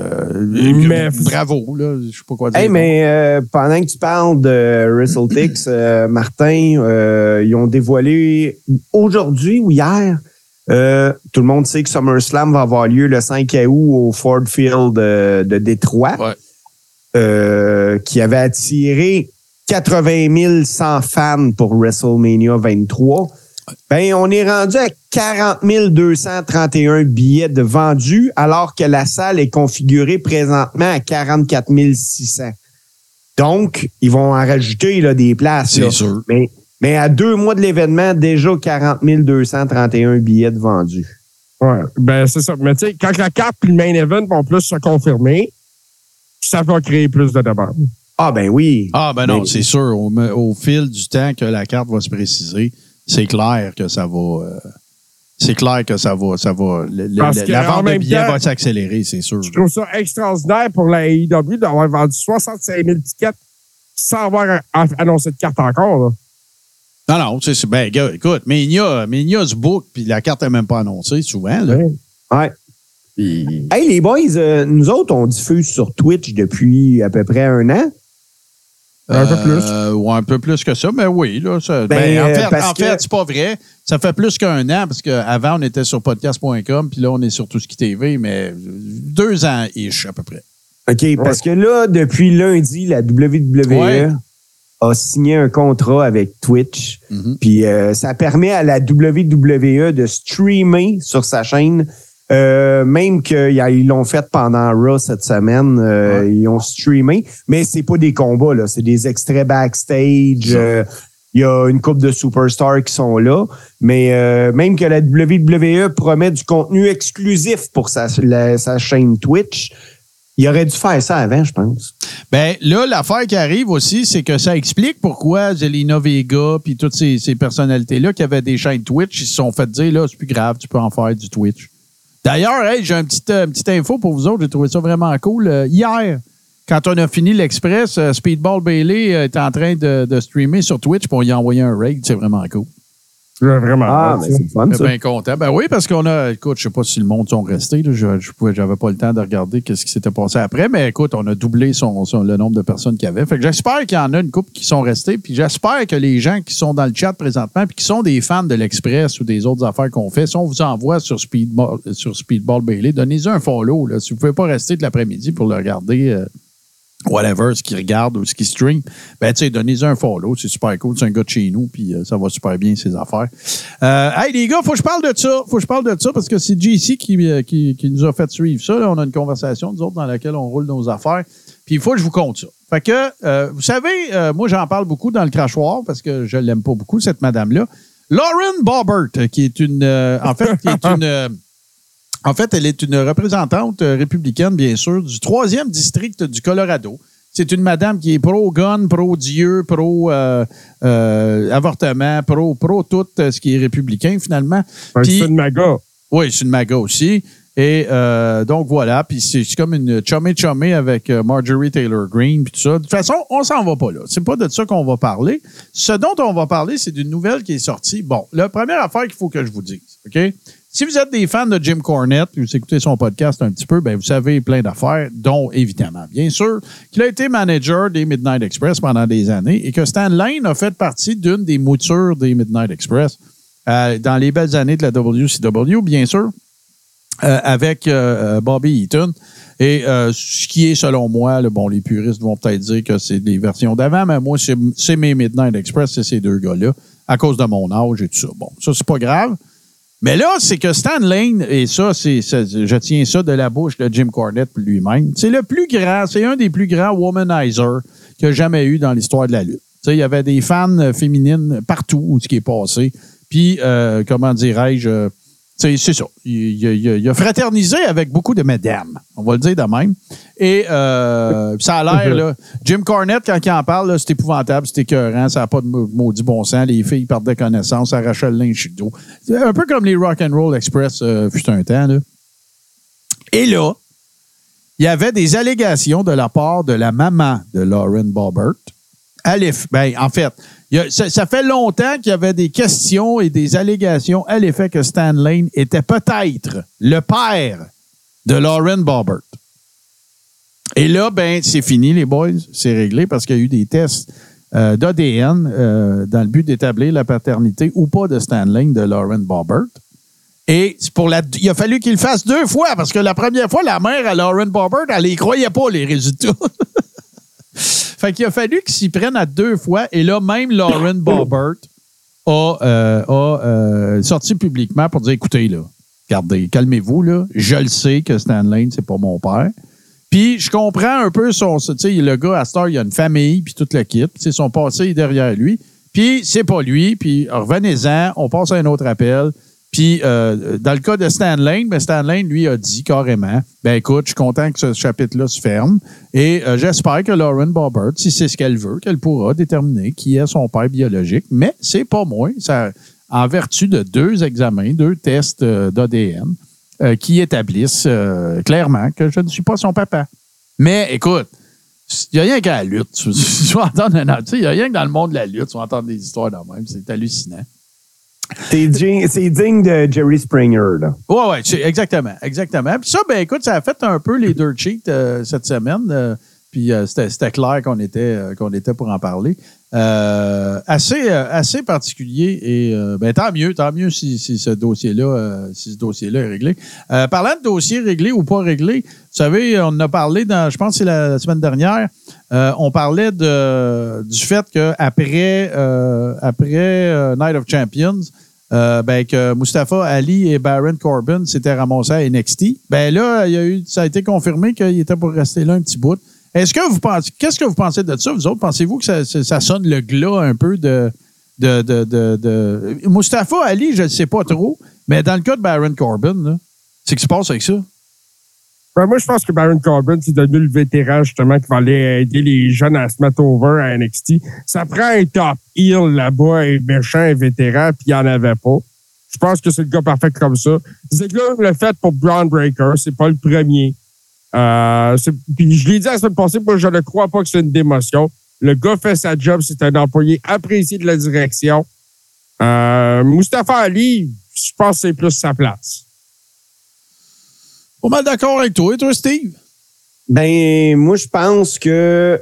bravo, là, je sais pas quoi dire. Hey, mais pendant que tu parles de WrestleTix, Martin, ils ont dévoilé aujourd'hui ou hier, tout le monde sait que SummerSlam va avoir lieu le 5 août au Ford Field de Détroit, qui avait attiré 80 100 fans pour WrestleMania 23. Ben, on est rendu à 40 231 billets de vendus, alors que la salle est configurée présentement à 44 600. Donc, ils vont en rajouter là, des places. C'est sûr. Mais à 2 mois de l'événement, déjà 40 231 billets de vendus. Ouais, ben c'est ça. Mais tu sais, quand la carte et le main event vont plus se confirmer, ça va créer plus de demandes. Ah ben oui. Ah ben non, c'est sûr. Au fil du temps que la carte va se préciser, c'est clair que ça va. La vente de billets va s'accélérer, c'est sûr. Je trouve ça extraordinaire pour la AEW d'avoir vendu 65 000 tickets sans avoir annoncé de carte encore. Là. Non, c'est ben, écoute, mais il y a ce book, puis la carte n'est même pas annoncée souvent. Là. Ouais. Puis... Hey, les boys, nous autres, on diffuse sur Twitch depuis à peu près 1 an. Un peu plus. Ouais, un peu plus que ça, mais oui. Là, en fait, c'est pas vrai. Ça fait plus qu'1 an, parce qu'avant, on était sur podcast.com, puis là, on est sur Tout Ce Qui TV, mais 2 ans-ish, à peu près. OK, parce que là, depuis lundi, la WWE a signé un contrat avec Twitch. Mm-hmm. Puis ça permet à la WWE de streamer sur sa chaîne. Même qu'ils l'ont fait pendant Raw cette semaine, ils ont streamé, mais c'est pas des combats, là, c'est des extraits backstage. Il y a une couple de superstars qui sont là. Mais même que la WWE promet du contenu exclusif pour sa chaîne Twitch, il aurait dû faire ça avant, je pense. Ben là, l'affaire qui arrive aussi, c'est que ça explique pourquoi Zelina Vega puis toutes ces personnalités-là qui avaient des chaînes Twitch, ils se sont fait dire, là, c'est plus grave, tu peux en faire du Twitch. D'ailleurs, hey, j'ai une petite info pour vous autres, j'ai trouvé ça vraiment cool. Hier, quand on a fini l'Express, Speedball Bailey est en train de streamer sur Twitch pour y envoyer un raid, c'est vraiment cool. Vraiment. Ah, mais c'est le fun, ça. Bien content. Ben oui, parce qu'on a, écoute, je sais pas si le monde sont restés. Là, j'avais pas le temps de regarder ce qui s'était passé après, mais écoute, on a doublé le nombre de personnes qu'il y avait. Fait que j'espère qu'il y en a une couple qui sont restés, puis j'espère que les gens qui sont dans le chat présentement, puis qui sont des fans de l'Express ou des autres affaires qu'on fait, si on vous envoie sur Speedball Bailey, donnez-y un follow. Là, si vous pouvez pas rester de l'après-midi pour le regarder. Whatever, ce qu'il regarde ou ce qu'il stream, ben, tu sais, donnez-y un follow. C'est super cool. C'est un gars de chez nous, puis ça va super bien, ses affaires. Hey, les gars, faut que je parle de ça. Parce que c'est JC qui nous a fait suivre ça. Là. On a une conversation, nous autres, dans laquelle on roule nos affaires. Puis il faut que je vous conte ça. Fait que, vous savez, moi, j'en parle beaucoup dans le crachoir parce que je l'aime pas beaucoup, cette madame-là. Lauren Boebert, qui est En fait, elle est une représentante républicaine, bien sûr, du 3e district du Colorado. C'est une madame qui est pro-gun, pro-Dieu, pro-avortement, pro tout ce qui est républicain, finalement. C'est une MAGA. Oui, c'est une MAGA aussi. Et donc, voilà. Puis c'est comme une chummy avec Marjorie Taylor Greene, puis tout ça. De toute façon, on s'en va pas là. C'est pas de ça qu'on va parler. Ce dont on va parler, c'est d'une nouvelle qui est sortie. Bon, la première affaire qu'il faut que je vous dise, OK? Si vous êtes des fans de Jim Cornette, vous écoutez son podcast un petit peu, ben vous savez plein d'affaires, dont, évidemment, bien sûr, qu'il a été manager des Midnight Express pendant des années et que Stan Lane a fait partie d'une des moutures des Midnight Express dans les belles années de la WCW, bien sûr, avec Bobby Eaton. Et ce qui est, selon moi, les puristes vont peut-être dire que c'est des versions d'avant, mais moi, c'est mes Midnight Express, c'est ces deux gars-là, à cause de mon âge et tout ça. Bon, ça, c'est pas grave. Mais là, c'est que Stan Lane, et ça, je tiens ça de la bouche de Jim Cornette lui-même, c'est le plus grand, c'est un des plus grands womanizers qu'il y a jamais eu dans l'histoire de la lutte. Tu sais, il y avait des fans féminines partout où ce qui est passé. Puis, comment dirais-je, c'est ça. Il a fraternisé avec beaucoup de mesdames. On va le dire de même. Et ça a l'air, là, Jim Cornette, quand il en parle, là, c'est épouvantable, c'est écœurant, ça n'a pas de maudit bon sens. Les filles perdaient connaissance, arrachaient le linge chez dos. C'est un peu comme les Rock'n'Roll Express fut un temps. Là. Et là, il y avait des allégations de la part de la maman de Lauren Boebert. En fait, ça fait longtemps qu'il y avait des questions et des allégations à l'effet que Stan Lane était peut-être le père de Lauren Boebert. Et là, c'est fini, les boys. C'est réglé parce qu'il y a eu des tests d'ADN dans le but d'établir la paternité ou pas de Stan Lane de Lauren Boebert. Et il a fallu qu'il le fasse 2 fois parce que la première fois, la mère à Lauren Boebert, elle les croyait pas, les résultats. Fait qu'il a fallu qu'ils s'y prennent à 2 fois. Et là, même Lauren Boebert a sorti publiquement pour dire, écoutez, là, regardez, calmez-vous, là. Je le sais que Stan Lane, c'est pas mon père. Puis, je comprends un peu tu sais, le gars, à Star, il a une famille, puis tout le kit. Puis, son passé est derrière lui. Puis, c'est pas lui. Puis, revenez-en, on passe à un autre appel. Puis, dans le cas de Stan Lane, Stan Lane, lui, a dit carrément, écoute, je suis content que ce chapitre-là se ferme. Et j'espère que Lauren Boebert, si c'est ce qu'elle veut, qu'elle pourra déterminer qui est son père biologique. Mais c'est pas moi. Ça, en vertu de 2 examens, 2 tests d'ADN, qui établissent clairement que je ne suis pas son papa. Mais écoute, il n'y a rien qu'à la lutte. Il n'y a rien que dans le monde de la lutte, tu vas entendre des histoires de même. C'est hallucinant. C'est digne de Jerry Springer, là. Oui, exactement. Puis ça, écoute, ça a fait un peu les dirt sheets cette semaine. Puis c'était clair qu'on était pour en parler. Assez particulier et tant mieux si ce dossier-là est réglé. Parlant de dossier réglé ou pas réglé, vous savez, on en a parlé je pense que c'est la semaine dernière, on parlait du fait qu'après Night of Champions, que Mustafa Ali et Baron Corbin s'étaient ramassés à NXT. Là, ça a été confirmé qu'il était pour rester là un petit bout. Qu'est-ce que vous pensez de ça, vous autres? Pensez-vous que ça sonne le glas un peu de Mustafa Ali, je ne sais pas trop, mais dans le cas de Baron Corbin, là, c'est que se passe avec ça? Ben, moi, je pense que Baron Corbin, c'est devenu le vétéran, justement, qui va aller aider les jeunes à se mettre over à NXT. Ça prend un top heel là-bas, un méchant, un vétéran, puis il n'y en avait pas. Je pense que c'est le gars parfait comme ça. Ziggler l'a fait pour Braun Breaker, c'est pas le premier. Puis je l'ai dit la semaine passée, moi, je ne crois pas que c'est une démotion. Le gars fait sa job, c'est un employé apprécié de la direction. Mustafa Ali, je pense que c'est plus sa place. Pas mal d'accord avec toi. Et toi, Steve? Ben, moi, je pense que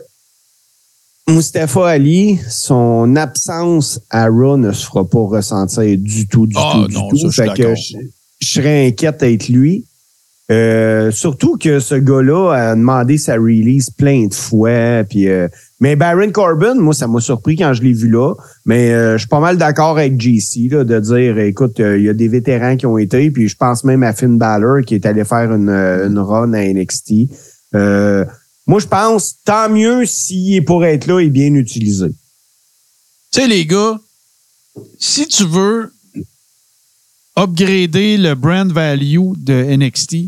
Mustafa Ali, son absence à Raw ne se fera pas ressentir du tout. Ça, je suis d'accord. Je serais inquiète d'être lui. Surtout que ce gars-là a demandé sa release plein de fois. Puis, mais Baron Corbin, moi, ça m'a surpris quand je l'ai vu là. Mais je suis pas mal d'accord avec JC là, de dire, écoute, il y a des vétérans qui ont été. Puis je pense même à Finn Balor qui est allé faire une run à NXT. Moi, je pense, tant mieux s'il est pour être là et bien utilisé. Tu sais, les gars, si tu veux upgrader le brand value de NXT,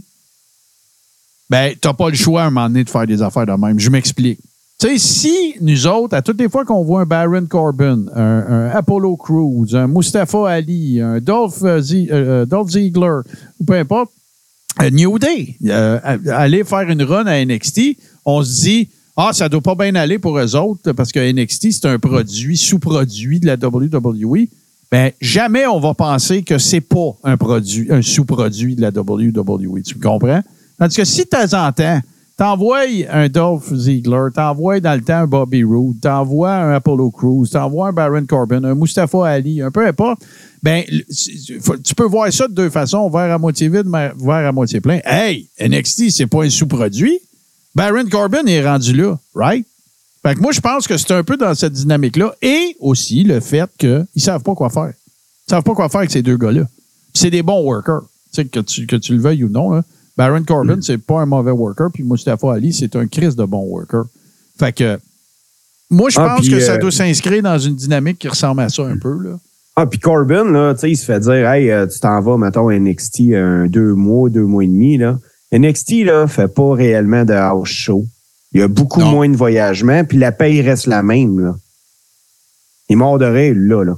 ben, t'as pas le choix à un moment donné de faire des affaires de même. Je m'explique. Tu sais, si nous autres, à toutes les fois qu'on voit un Baron Corbin, un Apollo Crews, un Mustafa Ali, un Dolph Ziggler, ou peu importe, New Day, aller faire une run à NXT, on se dit, ça doit pas bien aller pour eux autres parce que NXT, c'est un produit, sous-produit de la WWE. Ben, jamais on va penser que c'est pas un sous-produit de la WWE. Tu me comprends? Tandis que si de temps en temps, t'envoies un Dolph Ziggler, t'envoies dans le temps un Bobby Roode, t'envoies un Apollo Crews, t'envoies un Baron Corbin, un Mustafa Ali, un peu importe, ben, tu peux voir ça de deux façons, verre à moitié vide, verre à moitié plein. Hey, NXT, c'est pas un sous-produit. Baron Corbin est rendu là, right? Fait que moi, je pense que c'est un peu dans cette dynamique-là. Et aussi le fait qu'ils savent pas quoi faire. Ils savent pas quoi faire avec ces deux gars-là. Puis c'est des bons workers. Tu sais, que tu le veuilles ou non, là. Baron Corbin, c'est pas un mauvais worker, puis Mustafa Ali, c'est un Christ de bon worker. Fait que moi, je pense que ça doit s'inscrire dans une dynamique qui ressemble à ça un peu, là. Puis Corbin, là, tu sais, il se fait dire, hey, tu t'en vas, mettons, à NXT 2 mois et demi, là. NXT, là, fait pas réellement de house show. Il y a beaucoup moins de voyagement, puis la paye reste la même, là. Il est mort de rire, là.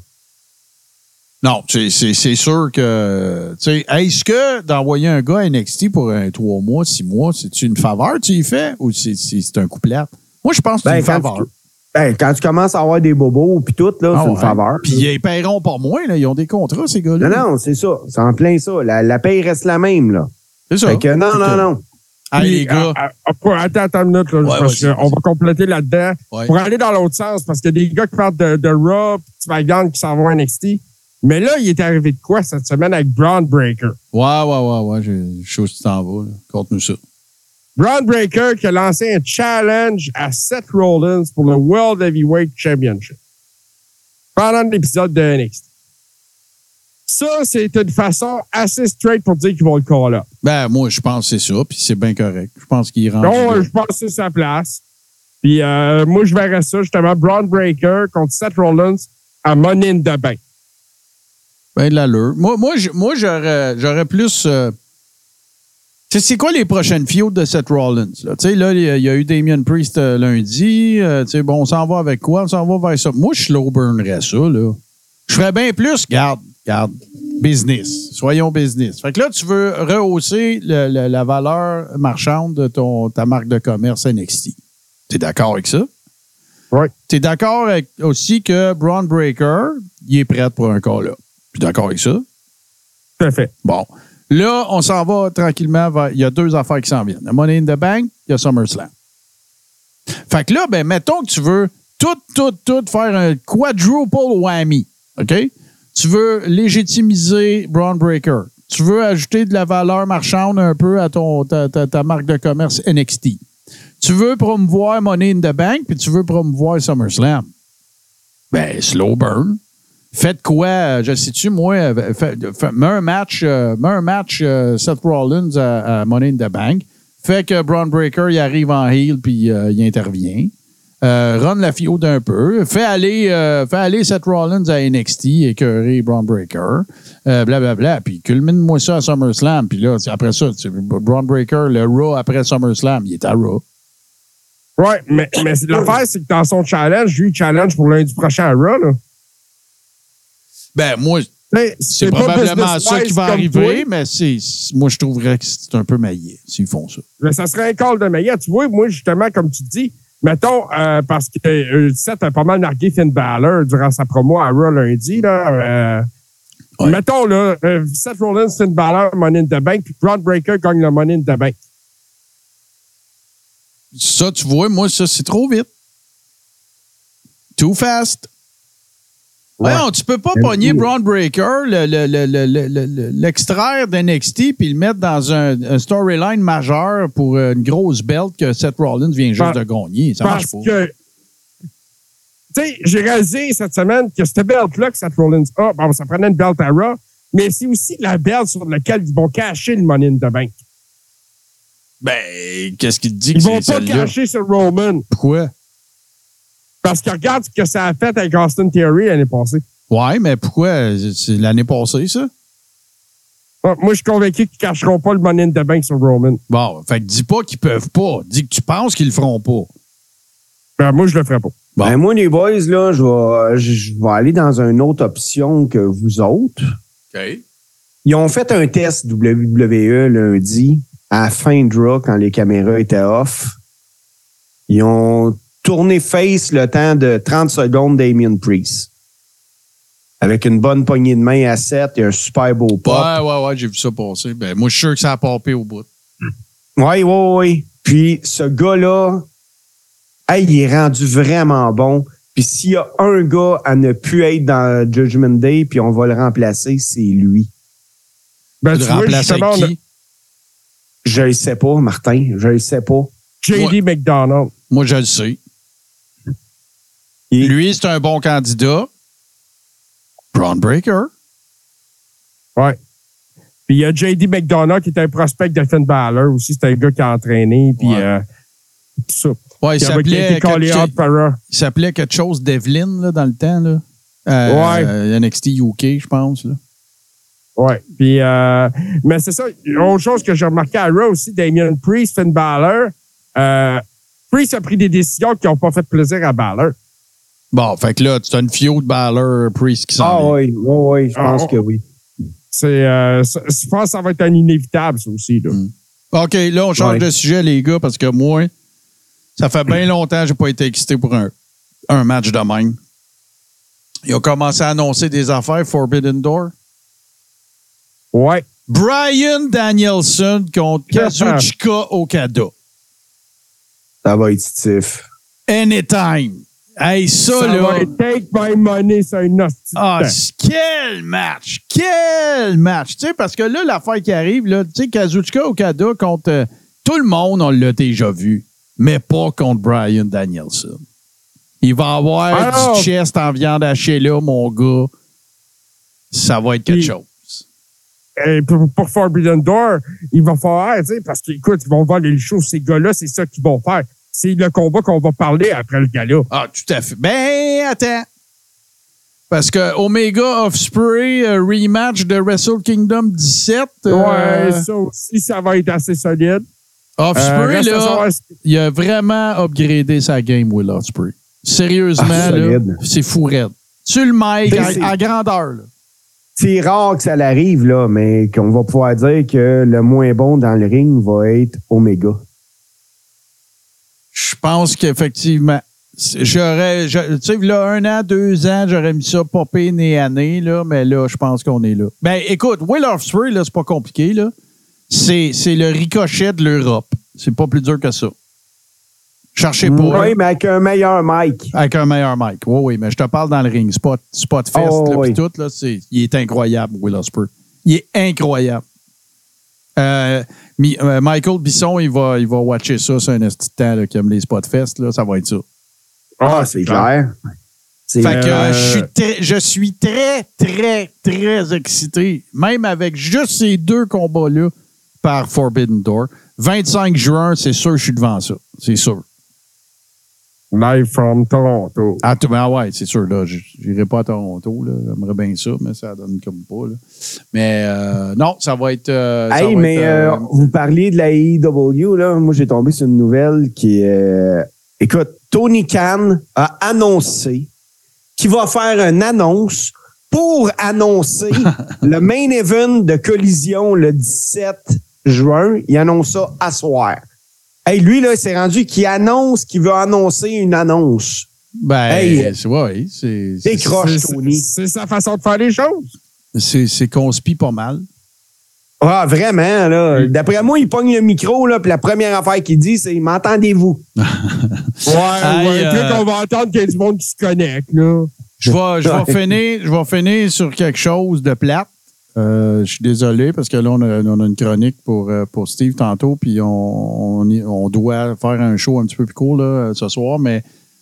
Non, c'est sûr que, tu sais, est-ce que d'envoyer un gars à NXT pour 3 mois, 6 mois, c'est une faveur tu y fais ou c'est un couplet? Moi, je pense que c'est une faveur. Quand tu commences à avoir des bobos puis tout, là, c'est une faveur. Puis ils paieront pas moins, là. Ils ont des contrats, ces gars-là. Non, c'est ça. C'est en plein ça. La paye reste la même, là. C'est ça. Fait que non. Hey, les gars. Attends une minute, là, parce qu'on va compléter là-dedans. Ouais. Pour aller dans l'autre sens, parce qu'il y a des gars qui parlent de Raw, puis SmackDown qui s'en vont à NXT. Mais là, il est arrivé de quoi cette semaine avec Braun Breaker? Ouais. J'ai chose qui t'en va. Conte-nous ça. Braun Breaker qui a lancé un challenge à Seth Rollins pour le World Heavyweight Championship pendant l'épisode de NXT. Ça, c'est une façon assez straight pour dire qu'ils vont le call up. Ben, moi, je pense que c'est ça, puis c'est bien correct. Je pense qu'il rentre. Non, je pense que c'est sa place. Puis moi, je verrais ça, justement, Braun Breaker contre Seth Rollins à Money in the Bank. Ben, de l'allure. Moi, j'aurais plus... c'est quoi les prochaines feuds de Seth Rollins? Tu sais, là, il y a eu Damien Priest lundi. Tu sais, bon, on s'en va avec quoi? On s'en va vers ça. Moi, je slow burnerais ça, là. Je ferais bien plus. Garde. Business. Soyons business. Fait que là, tu veux rehausser la valeur marchande de ta marque de commerce NXT. T'es d'accord avec ça? Oui. T'es d'accord avec aussi que Braun Breaker, il est prêt pour un call-up. Tu es d'accord avec ça? Tout à fait. Bon. Là, on s'en va tranquillement vers... Il y a 2 affaires qui s'en viennent. Il y a Money in the Bank, il y a SummerSlam. Fait que là, ben, mettons que tu veux tout faire un quadruple whammy. OK? Tu veux légitimiser Braun Breaker. Tu veux ajouter de la valeur marchande un peu à ta marque de commerce NXT. Tu veux promouvoir Money in the Bank, puis tu veux promouvoir SummerSlam. Ben, slow burn. Faites quoi? Je sais-tu, moi, mets un match Seth Rollins à Money in the Bank. Fait que Braun Breaker, il arrive en heel puis il intervient. run la fiode un peu, fait aller Seth Rollins à NXT, écœurer Braun Breaker, blablabla, puis culmine-moi ça à SummerSlam, puis là, après ça, Braun Breaker, le Raw après SummerSlam, il est à Raw. Ouais, mais l'affaire, c'est que dans son challenge, lui, il challenge pour lundi prochain à Raw, là. Ben, moi, c'est probablement ça qui va arriver, mais moi, je trouverais que c'est un peu maillé s'ils font ça. Mais ça serait un call de maillot. Tu vois, moi, justement, comme tu dis, mettons, parce que Seth a pas mal nargué Finn Balor durant sa promo à Raw lundi, là. Ouais. Mettons, là, Seth Rollins, Finn Balor, Money in the Bank, puis Braun Breaker gagne le Money in the Bank. Ça, tu vois, moi, ça, c'est trop vite. Too fast. Ouais. Non, tu peux pas pogner Braun Breaker, l'extraire d'NXT puis le mettre dans un storyline majeur pour une grosse belt que Seth Rollins vient juste de gagner. Ça marche pas. Tu sais, j'ai réalisé cette semaine que cette belt-là que Seth Rollins a, bon, ça prenait une belt à Raw, mais c'est aussi la belt sur laquelle ils vont cacher le Money in the Bank. Ben, qu'est-ce qu'il dit que c'est celle-là? Ils vont pas cacher sur Roman. Pourquoi? Parce que regarde ce que ça a fait avec Austin Theory l'année passée. Ouais, mais pourquoi? C'est l'année passée, ça? Moi, je suis convaincu qu'ils ne cacheront pas le Money in the Bank sur Roman. Bon, fait que dis pas qu'ils peuvent pas. Dis que tu penses qu'ils le feront pas. Ben, moi, je le ferai pas. Bon. Ben, moi, les boys, là, je vais aller dans une autre option que vous autres. OK. Ils ont fait un test WWE lundi à la fin de Raw quand les caméras étaient off. Ils ont tourné face le temps de 30 secondes Damien Priest. Avec une bonne poignée de main à 7 et un super beau pop. Ouais, j'ai vu ça passer. Ben, moi, je suis sûr que ça a popé au bout. Oui. Puis, ce gars-là, il est rendu vraiment bon. Puis, s'il y a un gars à ne plus être dans Judgment Day, puis on va le remplacer, c'est lui. Ben, tu remplaces qui? Je le sais pas, Martin. Je le sais pas. J.D. McDonald. Moi, je le sais. Lui, c'est un bon candidat. Braun Breaker. Ouais. Puis il y a J.D. McDonald qui est un prospect de Finn Balor aussi. C'est un gars qui a entraîné. Puis tout ça. Ouais, il s'appelait quelque chose d'Evelyn là, dans le temps. Là. NXT UK, je pense. Là. Ouais. Puis, mais c'est ça. Autre chose que j'ai remarqué à Raw aussi, Damien Priest, Finn Balor. Priest a pris des décisions qui n'ont pas fait plaisir à Balor. Bon, fait que là, tu as une fiole de Balor Priest qui s'en vient. Oui, je pense que oui. Je pense que ça va être un inévitable, ça aussi. Là. OK, là, on change de sujet, les gars, parce que moi, ça fait bien longtemps que je n'ai pas été excité pour un match de même. Ils ont commencé à annoncer des affaires Forbidden Door. Ouais. Bryan Danielson contre Kazuchika Okada. Ça va être stiff. Anytime. Hey, ça là. Va take my money, c'est une hostie. Ah, quel match! Quel match! Tu sais, parce que là, l'affaire qui arrive, là, tu sais, Kazuchika Okada contre tout le monde, on l'a déjà vu, mais pas contre Bryan Danielson. Il va avoir du chest en viande hachée là, mon gars. Ça va être quelque chose. Et pour Forbidden Door, il va falloir, tu sais, parce qu'écoute, ils vont voir les shows, ces gars-là, c'est ça qu'ils vont faire. C'est le combat qu'on va parler après le gala. Ah, tout à fait. Ben, attends. Parce que Omega Ospreay rematch de Wrestle Kingdom 17. Ouais, ça aussi, ça va être assez solide. Ospreay, là, il a vraiment upgradé sa game, Will Ospreay. Sérieusement, là, c'est fou raide. Sur le mic, à grandeur, là. C'est rare que ça l'arrive, là, mais qu'on va pouvoir dire que le moins bon dans le ring va être Omega. Je pense qu'effectivement, tu sais, là, 1 an, 2 ans, j'aurais mis ça popé nez à nez, là, mais là, je pense qu'on est là. Ben, écoute, Will Ospreay, là, c'est pas compliqué, là. C'est le ricochet de l'Europe. C'est pas plus dur que ça. Cherchez pas. Oui, mais avec un meilleur mic. Avec un meilleur mic. Oui, mais je te parle dans le ring. Spot fest, là, pis tout, là, il est incroyable, Will Ospreay. Il est incroyable. Michael Bisson, il va watcher ça sur un petit temps là, qui aime les Spotfest. Là, ça va être ça. Ah, c'est clair. Fait que je suis très, très, très excité, même avec juste ces 2 combats-là par Forbidden Door. 25 juin, c'est sûr que je suis devant ça. C'est sûr. Live from Toronto. Ah ouais, c'est sûr, là. J'irai pas à Toronto, là. J'aimerais bien ça, mais ça donne comme pas, là. Mais non, ça va être. Vous parliez de la AEW, là. Moi, j'ai tombé sur une nouvelle qui est. Écoute, Tony Khan a annoncé qu'il va faire une annonce pour annoncer le main event de Collision le 17 juin. Il annonce ça à soir. Hey, lui, là, c'est rendu qu'il annonce qu'il veut annoncer une annonce. C'est décroche, Tony. C'est sa façon de faire les choses. C'est qu'on se pie pas mal. Ah, vraiment, là. D'après moi, il pogne le micro, là, puis la première affaire qu'il dit, c'est « M'entendez-vous? » Puis qu'on va entendre qu'il y a du monde qui se connecte, là. Je vais finir sur quelque chose de plate. Je suis désolé parce que là, on a une chronique pour Steve tantôt, puis on doit faire un show un petit peu plus court là, ce soir, mais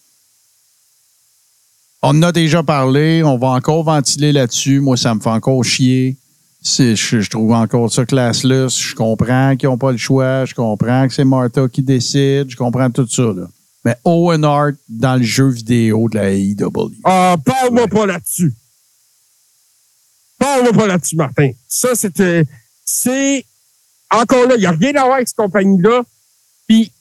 on en a déjà parlé, on va encore ventiler là-dessus. Moi, ça me fait encore chier. Je trouve encore ça classless. Je comprends qu'ils n'ont pas le choix, je comprends que c'est Martha qui décide, je comprends tout ça, là. Mais Owen Hart dans le jeu vidéo de la AEW. Ah, parle-moi pas là-dessus. Parle-moi pas là-dessus, Martin. Ça, c'est encore là, il n'y a rien à voir avec cette compagnie-là. Puis,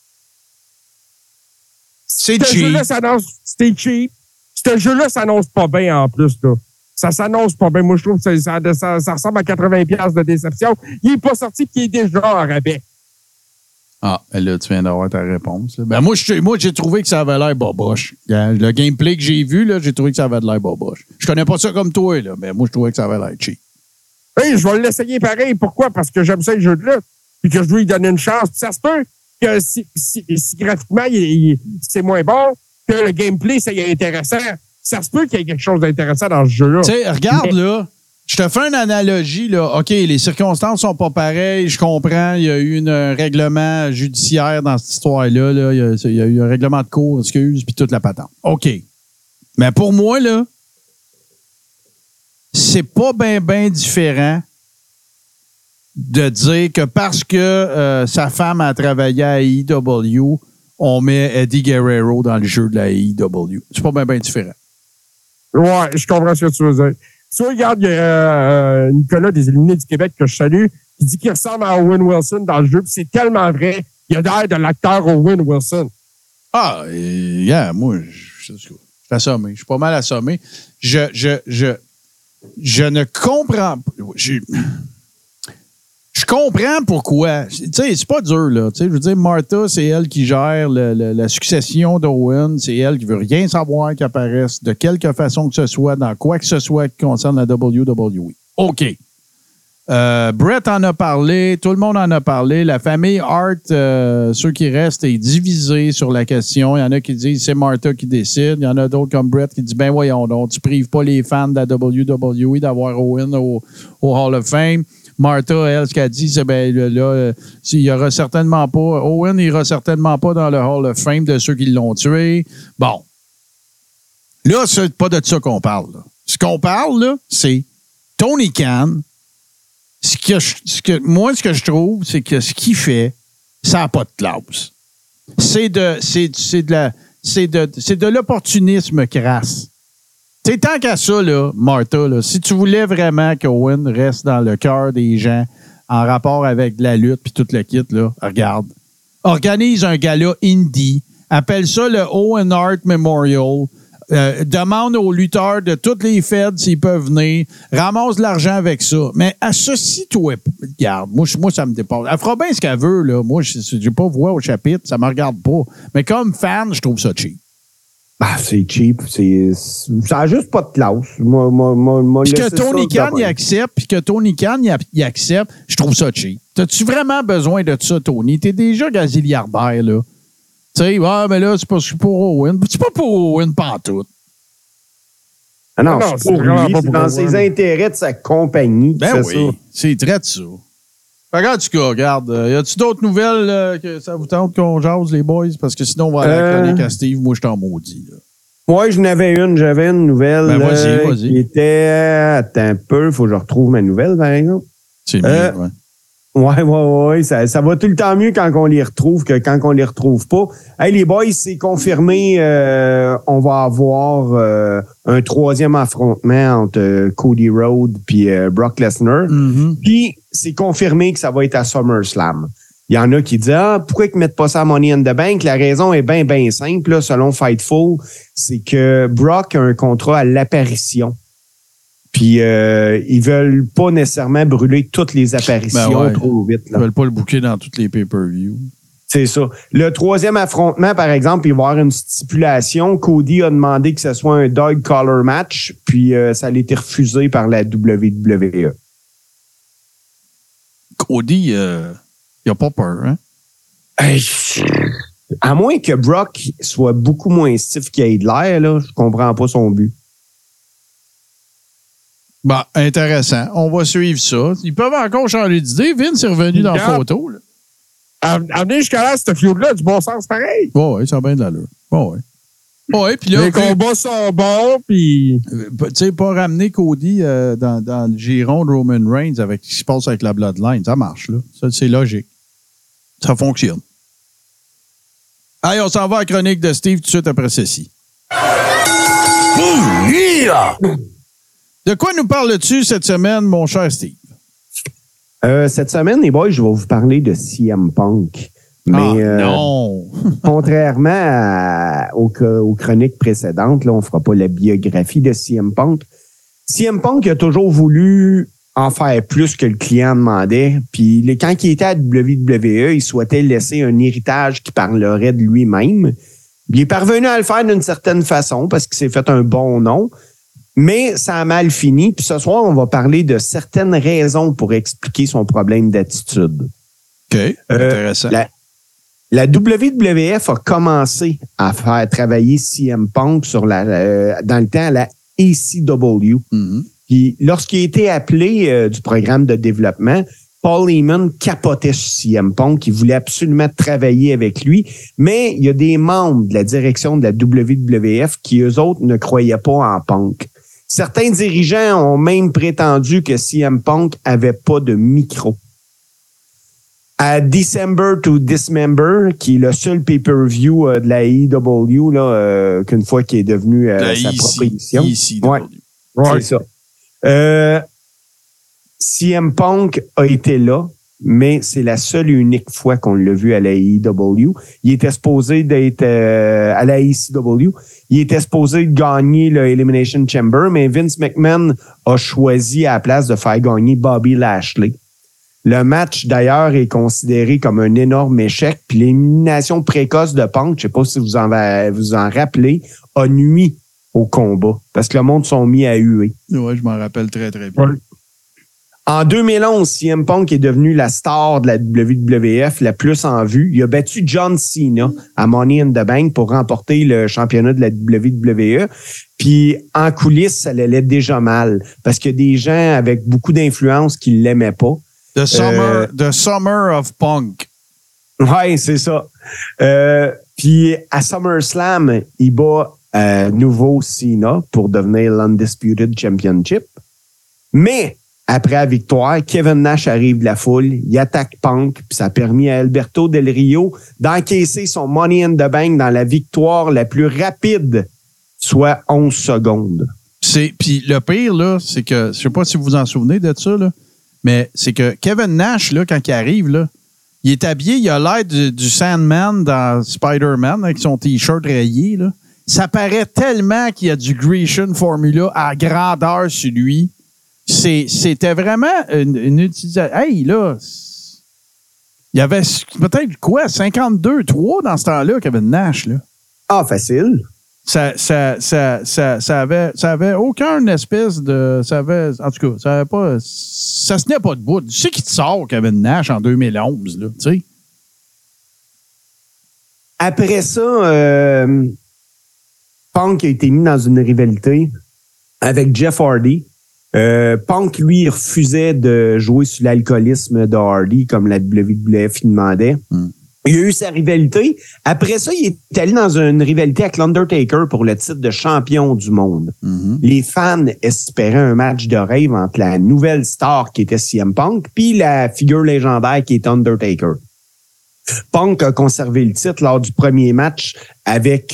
c'est cheap. C'était cheap. Ce jeu-là s'annonce pas bien en plus, là. Ça s'annonce pas bien. Moi, je trouve que ça ressemble à 80$ de déception. Il n'est pas sorti puis il est déjà en rabais. Ah, là, tu viens d'avoir ta réponse. Ben, moi, j'ai trouvé que ça avait l'air boboche. Le gameplay que j'ai vu, là, j'ai trouvé que ça avait l'air boboche. Je connais pas ça comme toi, là, mais moi, je trouvais que ça avait l'air cheap. Hey, je vais l'essayer pareil. Pourquoi? Parce que j'aime ça, le jeu de lutte. Puis que je veux lui donner une chance. Puis ça se peut que si graphiquement, c'est moins bon, que le gameplay, c'est intéressant. Ça se peut qu'il y ait quelque chose d'intéressant dans ce jeu-là. Tu sais, regarde, là. Je te fais une analogie, là. OK, les circonstances sont pas pareilles, je comprends. Il y a eu un règlement judiciaire dans cette histoire-là. Là. Il y a eu un règlement de cour, excuse, puis toute la patente. OK. Mais pour moi, là, c'est pas bien différent de dire que parce que sa femme a travaillé à AEW, on met Eddie Guerrero dans le jeu de la AEW. C'est pas bien différent. Ouais, je comprends ce que tu veux dire. Tu regardes, il y a Nicolas des Illuminés du Québec que je salue, qui dit qu'il ressemble à Owen Wilson dans le jeu, puis c'est tellement vrai. Il a l'air de l'acteur Owen Wilson. Ah, moi, je suis assommé. Je suis pas mal assommé. Je ne comprends pas. Je comprends pourquoi. Tu sais, c'est pas dur, là. Tu sais, je veux dire, Martha, c'est elle qui gère la succession d'Owen. C'est elle qui veut rien savoir qu'il apparaisse de quelque façon que ce soit, dans quoi que ce soit qui concerne la WWE. OK. Brett en a parlé, tout le monde en a parlé. La famille Hart, ceux qui restent, est divisée sur la question. Il y en a qui disent c'est Martha qui décide. Il y en a d'autres comme Brett qui disent ben voyons donc, tu prives pas les fans de la WWE d'avoir Owen au Hall of Fame. Martha, elle, ce qu'elle dit, c'est ben là, il y aura certainement pas. Owen n'ira certainement pas dans le Hall of Fame de ceux qui l'ont tué. Bon. Là, c'est pas de ça qu'on parle. Là. Ce qu'on parle, là, c'est Tony Khan. Ce que je trouve, c'est que ce qu'il fait, ça n'a pas de classe. C'est de l'opportunisme crasse. Tu sais, tant qu'à ça, là, Martha, là, si tu voulais vraiment qu'Owen reste dans le cœur des gens en rapport avec la lutte puis tout le kit, là, regarde. Organise un gala indie, appelle ça le Owen Hart Memorial, demande aux lutteurs de toutes les fêtes s'ils peuvent venir, ramasse de l'argent avec ça. Mais associe-toi. Regarde, moi, ça me dépasse. Elle fera bien ce qu'elle veut, là. Moi, je n'ai pas voix au chapitre, ça me regarde pas. Mais comme fan, je trouve ça cheap. Ah, c'est cheap. Ça n'a juste pas de classe. Puis que Tony Khan y accepte, puis que Tony Khan y accepte, je trouve ça cheap. T'as-tu vraiment besoin de ça, Tony? T'es déjà gazilliardaire, là. Tu sais, mais là, c'est pas pour Owen. C'est pas pour Owen pantoute. Ah non, c'est pour lui. C'est dans ses intérêts de sa compagnie. Ben oui, ça. C'est très de ça. Regarde, tu regarde. Y a-tu d'autres nouvelles que ça vous tente qu'on jase, les boys? Parce que sinon, on va aller à la chronique à Steve. Moi, je t'en maudis. Oui, j'avais une nouvelle. Ben, vas-y. Qui était... Attends un peu, il faut que je retrouve ma nouvelle, par exemple. C'est mieux, ouais. Ouais. Ça va tout le temps mieux quand on les retrouve que quand on les retrouve pas. Hey, les boys, c'est confirmé. On va avoir un troisième affrontement entre Cody Rhodes puis Brock Lesnar. Puis, c'est confirmé que ça va être à SummerSlam. Il y en a qui disent pourquoi ils ne mettent pas ça à Money in the Bank? La raison est bien simple, là, selon Fightful, c'est que Brock a un contrat à l'apparition. Puis ils veulent pas nécessairement brûler toutes les apparitions trop vite. Là. Ils veulent pas le booker dans toutes les pay-per-views. C'est ça. Le troisième affrontement, par exemple, il va y avoir une stipulation. Cody a demandé que ce soit un dog collar match, puis ça a été refusé par la WWE. Cody, il a pas peur, hein? À moins que Brock soit beaucoup moins stiff qu'il ait de l'air, là, je comprends pas son but. Bon, intéressant. On va suivre ça. Ils peuvent encore changer d'idée. Vince est revenu dans la photo. Là. Amener jusqu'à là, cette feud-là, du bon sens pareil. Oui, ça a bien de l'allure. Oui, puis là. Les combats sont bons, puis. Tu sais, pas ramener Cody dans le giron de Roman Reigns avec ce qui se passe avec la Bloodline. Ça marche, là. Ça, c'est logique. Ça fonctionne. Allez, on s'en va à la chronique de Steve tout de suite après ceci. De quoi nous parles-tu cette semaine, mon cher Steve? Cette semaine, les boys, je vais vous parler de CM Punk. Mais non! Contrairement aux chroniques précédentes, là, on ne fera pas la biographie de CM Punk. CM Punk a toujours voulu en faire plus que le client demandait. Puis quand il était à WWE, il souhaitait laisser un héritage qui parlerait de lui-même. Il est parvenu à le faire d'une certaine façon parce qu'il s'est fait un bon nom. Mais ça a mal fini. Puis ce soir, on va parler de certaines raisons pour expliquer son problème d'attitude. OK, intéressant. La WWF a commencé à faire travailler CM Punk dans le temps à la ECW. Puis lorsqu'il a été appelé du programme de développement, Paul Heyman capotait sur CM Punk. Il voulait absolument travailler avec lui. Mais il y a des membres de la direction de la WWF qui, eux autres, ne croyaient pas en Punk. Certains dirigeants ont même prétendu que CM Punk avait pas de micro. À December to Dismember, qui est le seul pay-per-view de la AEW, là, qu'une fois qu'il est devenu sa propre émission. Ouais, c'est ça. CM Punk a été là, mais c'est la seule et unique fois qu'on l'a vu à la AEW. Il était supposé d'être à la ECW. Il était supposé de gagner le Elimination Chamber, mais Vince McMahon a choisi à la place de faire gagner Bobby Lashley. Le match, d'ailleurs, est considéré comme un énorme échec. Puis l'élimination précoce de Punk, je sais pas si vous en rappelez, a nuit au combat parce que le monde sont mis à huer. Oui, je m'en rappelle très, très bien. Ouais. En 2011, CM Punk est devenu la star de la WWF la plus en vue. Il a battu John Cena à Money in the Bank pour remporter le championnat de la WWE. Puis en coulisses, ça allait déjà mal parce qu'il y a des gens avec beaucoup d'influence qui ne l'aimaient pas. The Summer of Punk. Ouais, c'est ça. Puis à SummerSlam, il bat nouveau Cena pour devenir l'Undisputed Championship. Mais après la victoire, Kevin Nash arrive de la foule, il attaque Punk, puis ça a permis à Alberto Del Rio d'encaisser son Money in the Bank dans la victoire la plus rapide, soit 11 secondes. Puis le pire, là, c'est que, je sais pas si vous vous en souvenez de ça, là, mais c'est que Kevin Nash, là, quand il arrive, là, il est habillé, il a l'air du Sandman dans Spider-Man avec son T-shirt rayé. Là. Ça paraît tellement qu'il y a du Grecian Formula à grandeur sur lui. C'était vraiment une utilisation. Hey, là, il y avait peut-être quoi, 52-3 dans ce temps-là, Kevin Nash, là. Ah, facile. Ça avait aucune espèce de. En tout cas, ça avait pas. Ça se tenait pas debout. Tu sais qui te sort, Kevin Nash, en 2011, là, tu sais. Après ça, Punk a été mis dans une rivalité avec Jeff Hardy. Punk, lui, refusait de jouer sur l'alcoolisme de Hardy comme la WWF lui demandait. Il a eu sa rivalité. Après ça, il est allé dans une rivalité avec l'Undertaker pour le titre de champion du monde. Les fans espéraient un match de rêve entre la nouvelle star qui était CM Punk puis la figure légendaire qui est Undertaker. Punk a conservé le titre lors du premier match avec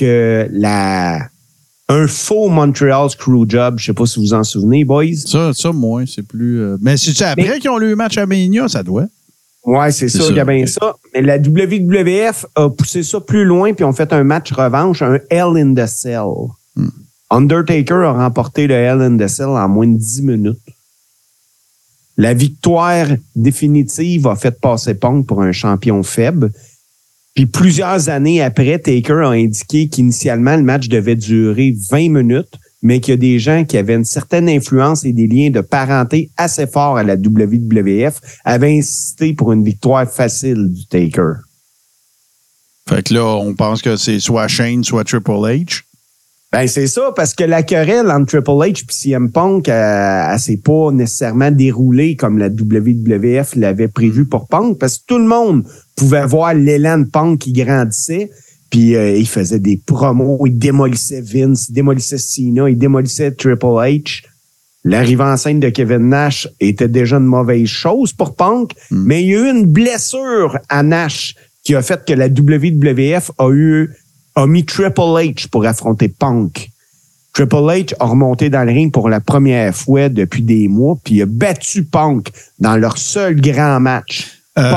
un faux Montreal Screwjob. Je sais pas si vous vous en souvenez, boys. Ça moi, c'est plus... Mais c'est après qu'ils ont eu le match à Mania, ça doit. Ouais, c'est ça, il y a bien ça. Mais la WWF a poussé ça plus loin puis ont fait un match revanche, un Hell in the Cell. Undertaker a remporté le Hell in the Cell en moins de 10 minutes. La victoire définitive a fait passer Punk pour un champion faible. Puis plusieurs années après, Taker a indiqué qu'initialement, le match devait durer 20 minutes, mais qu'il y a des gens qui avaient une certaine influence et des liens de parenté assez forts à la WWF avaient insisté pour une victoire facile du Taker. Fait que là, on pense que c'est soit Shane, soit Triple H. Ben c'est ça, parce que la querelle entre Triple H et CM Punk, elle s'est pas nécessairement déroulée comme la WWF l'avait prévu pour Punk, parce que tout le monde pouvait voir l'élan de Punk qui grandissait, puis il faisait des promos, il démolissait Vince, il démolissait Cena, il démolissait Triple H. L'arrivée en scène de Kevin Nash était déjà une mauvaise chose pour Punk, mais il y a eu une blessure à Nash qui a fait que la WWF a mis Triple H pour affronter Punk. Triple H a remonté dans le ring pour la première fois depuis des mois, puis il a battu Punk dans leur seul grand match.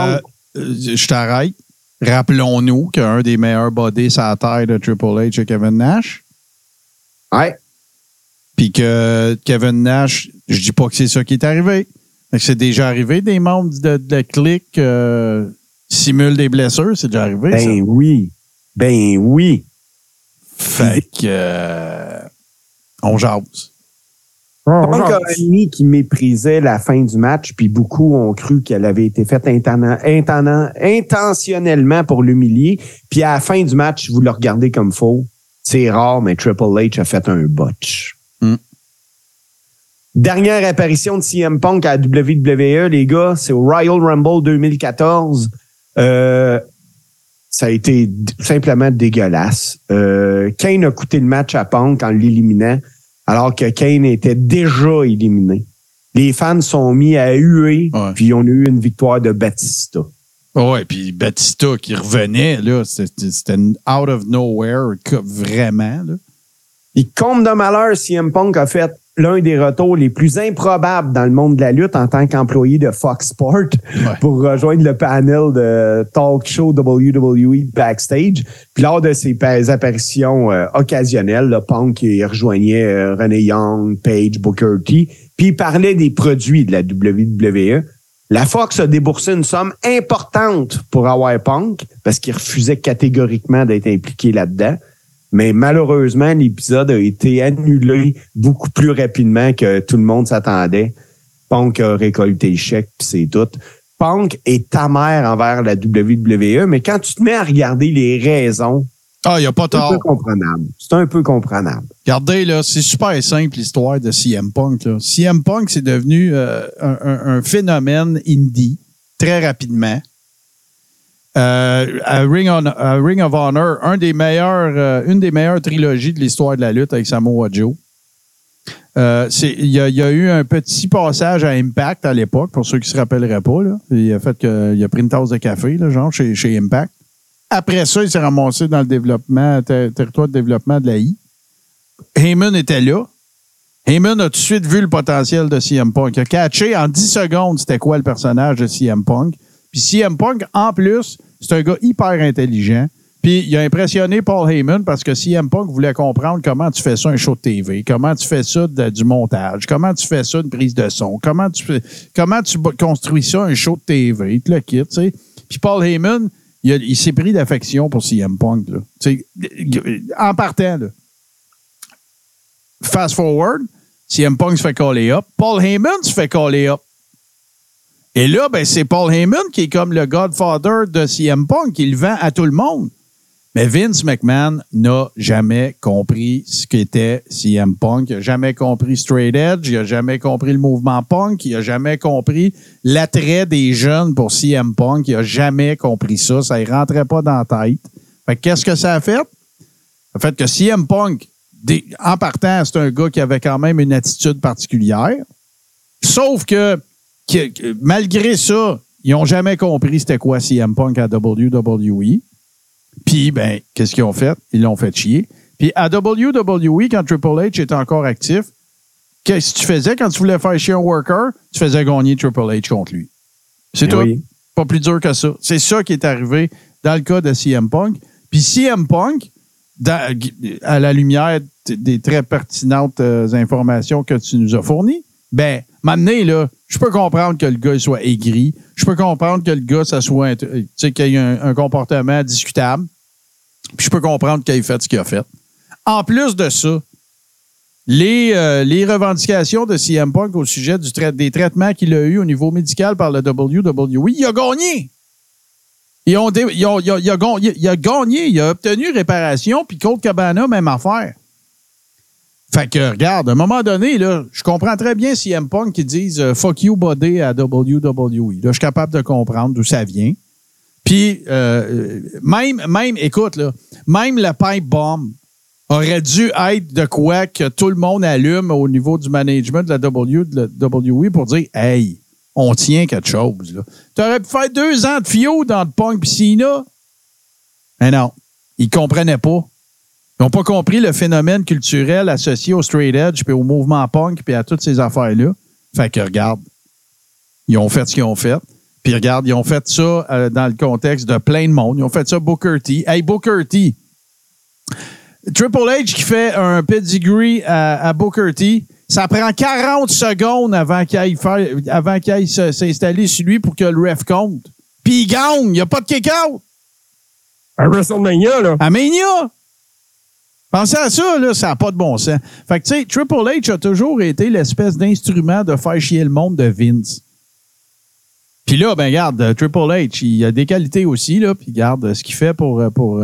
Je t'arrête. Rappelons-nous qu'un des meilleurs bodies sur la taille de Triple H est Kevin Nash. Ouais. Puis que Kevin Nash, je dis pas que c'est ça qui est arrivé, mais que c'est déjà arrivé, des membres de la clique simulent des blessures, c'est déjà arrivé, ben ça? Oui. Ben oui. Fait que on jase. Punk a admis qu'il méprisait la fin du match, puis beaucoup ont cru qu'elle avait été faite intentionnellement pour l'humilier. Puis à la fin du match, vous le regardez comme faux. C'est rare, mais Triple H a fait un botch. Dernière apparition de CM Punk à la WWE, les gars, c'est au Royal Rumble 2014. Ça a été simplement dégueulasse. Kane a coûté le match à Punk en l'éliminant, alors que Kane était déjà éliminé. Les fans sont mis à huer, puis on a eu une victoire de Batista. Ouais, puis Batista qui revenait, là, c'était out of nowhere, vraiment. Là. Il compte de malheur, CM Punk a fait l'un des retours les plus improbables dans le monde de la lutte en tant qu'employé de Fox Sport pour rejoindre le panel de talk show WWE Backstage. Puis lors de ses apparitions occasionnelles, le Punk il rejoignait Renee Young, Page, Booker T, puis il parlait des produits de la WWE. La Fox a déboursé une somme importante pour avoir Punk parce qu'il refusait catégoriquement d'être impliqué là-dedans. Mais malheureusement, l'épisode a été annulé beaucoup plus rapidement que tout le monde s'attendait. Punk a récolté le chèque, puis c'est tout. Punk est amer envers la WWE, mais quand tu te mets à regarder les raisons, il n'y a pas tort. C'est un peu comprenable. Regardez, là, c'est super simple l'histoire de CM Punk. Là. CM Punk, c'est devenu un phénomène indie très rapidement. À Ring of Honor, une des meilleures trilogies de l'histoire de la lutte avec Samoa Joe. Il y a eu un petit passage à Impact à l'époque, pour ceux qui ne se rappelleraient pas. Là. Il a pris une tasse de café, là, genre, chez Impact. Après ça, il s'est ramassé dans le développement, territoire de développement de la I. Heyman était là. Heyman a tout de suite vu le potentiel de CM Punk. Il a catché en 10 secondes c'était quoi le personnage de CM Punk. Puis CM Punk, en plus, c'est un gars hyper intelligent. Puis il a impressionné Paul Heyman parce que CM Punk voulait comprendre comment tu fais ça un show de TV, comment tu fais ça du montage, comment tu fais ça une prise de son, comment tu construis ça un show de TV, il te le quitte, tu sais. Puis Paul Heyman, il s'est pris d'affection pour CM Punk, là. Tu sais, en partant, là. Fast forward, CM Punk se fait caller up, Paul Heyman se fait caller up. Et là, ben, c'est Paul Heyman qui est comme le Godfather de CM Punk, qui le vend à tout le monde. Mais Vince McMahon n'a jamais compris ce qu'était CM Punk. Il n'a jamais compris Straight Edge. Il n'a jamais compris le mouvement Punk. Il n'a jamais compris l'attrait des jeunes pour CM Punk. Il n'a jamais compris ça. Ça ne rentrait pas dans la tête. Fait que qu'est-ce que ça a fait? Ça a fait que CM Punk, en partant, c'est un gars qui avait quand même une attitude particulière. Sauf que malgré ça, ils n'ont jamais compris c'était quoi CM Punk à WWE. Puis, ben, qu'est-ce qu'ils ont fait? Ils l'ont fait chier. Puis, à WWE, quand Triple H était encore actif, qu'est-ce que tu faisais quand tu voulais faire chier un worker? Tu faisais gagner Triple H contre lui. C'est tout. Oui. Pas plus dur que ça. C'est ça qui est arrivé dans le cas de CM Punk. Puis, CM Punk, à la lumière des très pertinentes informations que tu nous as fournies, ben, maintenant, là, je peux comprendre que le gars soit aigri. Je peux comprendre que le gars, ça soit, tu sais, qu'il ait un comportement discutable. Puis je peux comprendre qu'il ait fait ce qu'il a fait. En plus de ça, les revendications de CM Punk au sujet des traitements qu'il a eu au niveau médical par le WWE, il a gagné. Il a gagné. Il a obtenu réparation, puis Colt Cabana, même affaire. Fait que, regarde, à un moment donné, là, je comprends très bien CM Punk qui disent « fuck you, body » à WWE. Là, je suis capable de comprendre d'où ça vient. Puis, même, écoute, là, même le pipe bomb aurait dû être de quoi que tout le monde allume au niveau du management de la WWE pour dire « hey, on tient quelque chose. » Tu aurais pu faire 2 ans de feud dans le Punk pis Cena. Mais non, ils comprenaient pas. Ils n'ont pas compris le phénomène culturel associé au straight edge, puis au mouvement punk, puis à toutes ces affaires-là. Fait que, regarde, ils ont fait ce qu'ils ont fait. Puis, regarde, ils ont fait ça dans le contexte de plein de monde. Ils ont fait ça Booker T. Hey, Booker T. Triple H qui fait un pedigree à Booker T, ça prend 40 secondes avant qu'il aille s'installer sur lui pour que le ref compte. Puis, il gagne. Il n'y a pas de kick-out. À WrestleMania, là. À Mania. Pensez à ça, là, ça n'a pas de bon sens. Fait que, tu sais, Triple H a toujours été l'espèce d'instrument de faire chier le monde de Vince. Puis là, ben, regarde, Triple H, il a des qualités aussi, là, puis regarde ce qu'il fait pour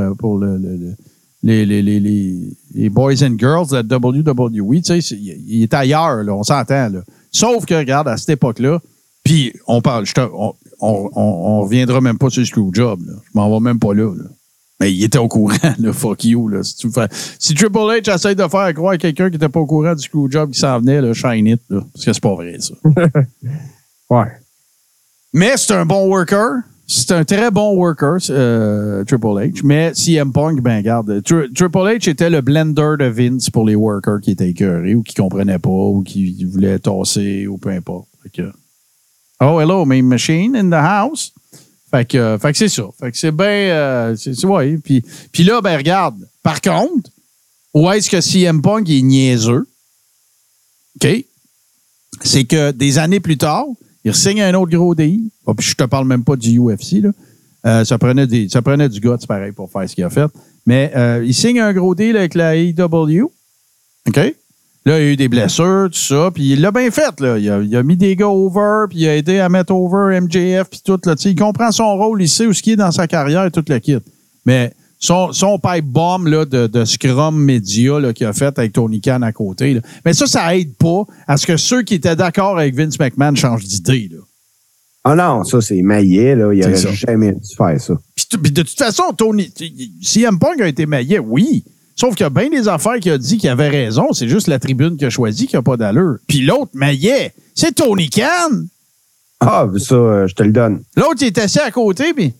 les boys and girls de WWE, tu sais, il est ailleurs, là, on s'entend, là. Sauf que, regarde, à cette époque-là, puis on reviendra même pas sur le Screwjob, là. Je m'en vais même pas là, là. Mais il était au courant, là, fuck you. Là. Si Triple H essaie de faire croire à quelqu'un qui n'était pas au courant du Screwjob qui s'en venait, là, shine it, là, parce que c'est pas vrai, ça. Ouais. Mais c'est un bon worker. C'est un très bon worker, Triple H. Mais CM Punk, ben regarde, Triple H était le blender de Vince pour les workers qui étaient écœurés ou qui comprenaient pas ou qui voulaient tasser ou peu importe. Fait que, oh, hello, my machine in the house. Fait que c'est ça. Fait que c'est bien... ouais. Puis là, ben regarde. Par contre, où est-ce que CM Punk est niaiseux? OK? C'est que des années plus tard, il signe un autre gros deal. Oh, puis je te parle même pas du UFC, là. Ça prenait du guts, pareil, pour faire ce qu'il a fait. Mais il signe un gros deal avec la AEW. OK? Là, il y a eu des blessures, tout ça, puis il l'a bien fait, là. Il a mis des gars over, puis il a aidé à mettre over MJF, puis tout, là. Tu sais, il comprend son rôle, il sait où ce qu'il est dans sa carrière et tout le kit. Mais son pipe bomb, là, de Scrum Media, là, qu'il a fait avec Tony Khan à côté, là. Mais ça aide pas à ce que ceux qui étaient d'accord avec Vince McMahon changent d'idée, là. Ah non, ça, c'est maillet, là. Il aurait jamais dû faire ça. Puis de toute façon, CM Punk a été maillet, oui. Sauf qu'il y a bien des affaires qu'il a dit qu'il avait raison. C'est juste la tribune qu'il a choisie qui n'a pas d'allure. Puis l'autre, maillet, c'est Tony Khan. Ah, ça, je te le donne. L'autre, il est assis à côté, puis...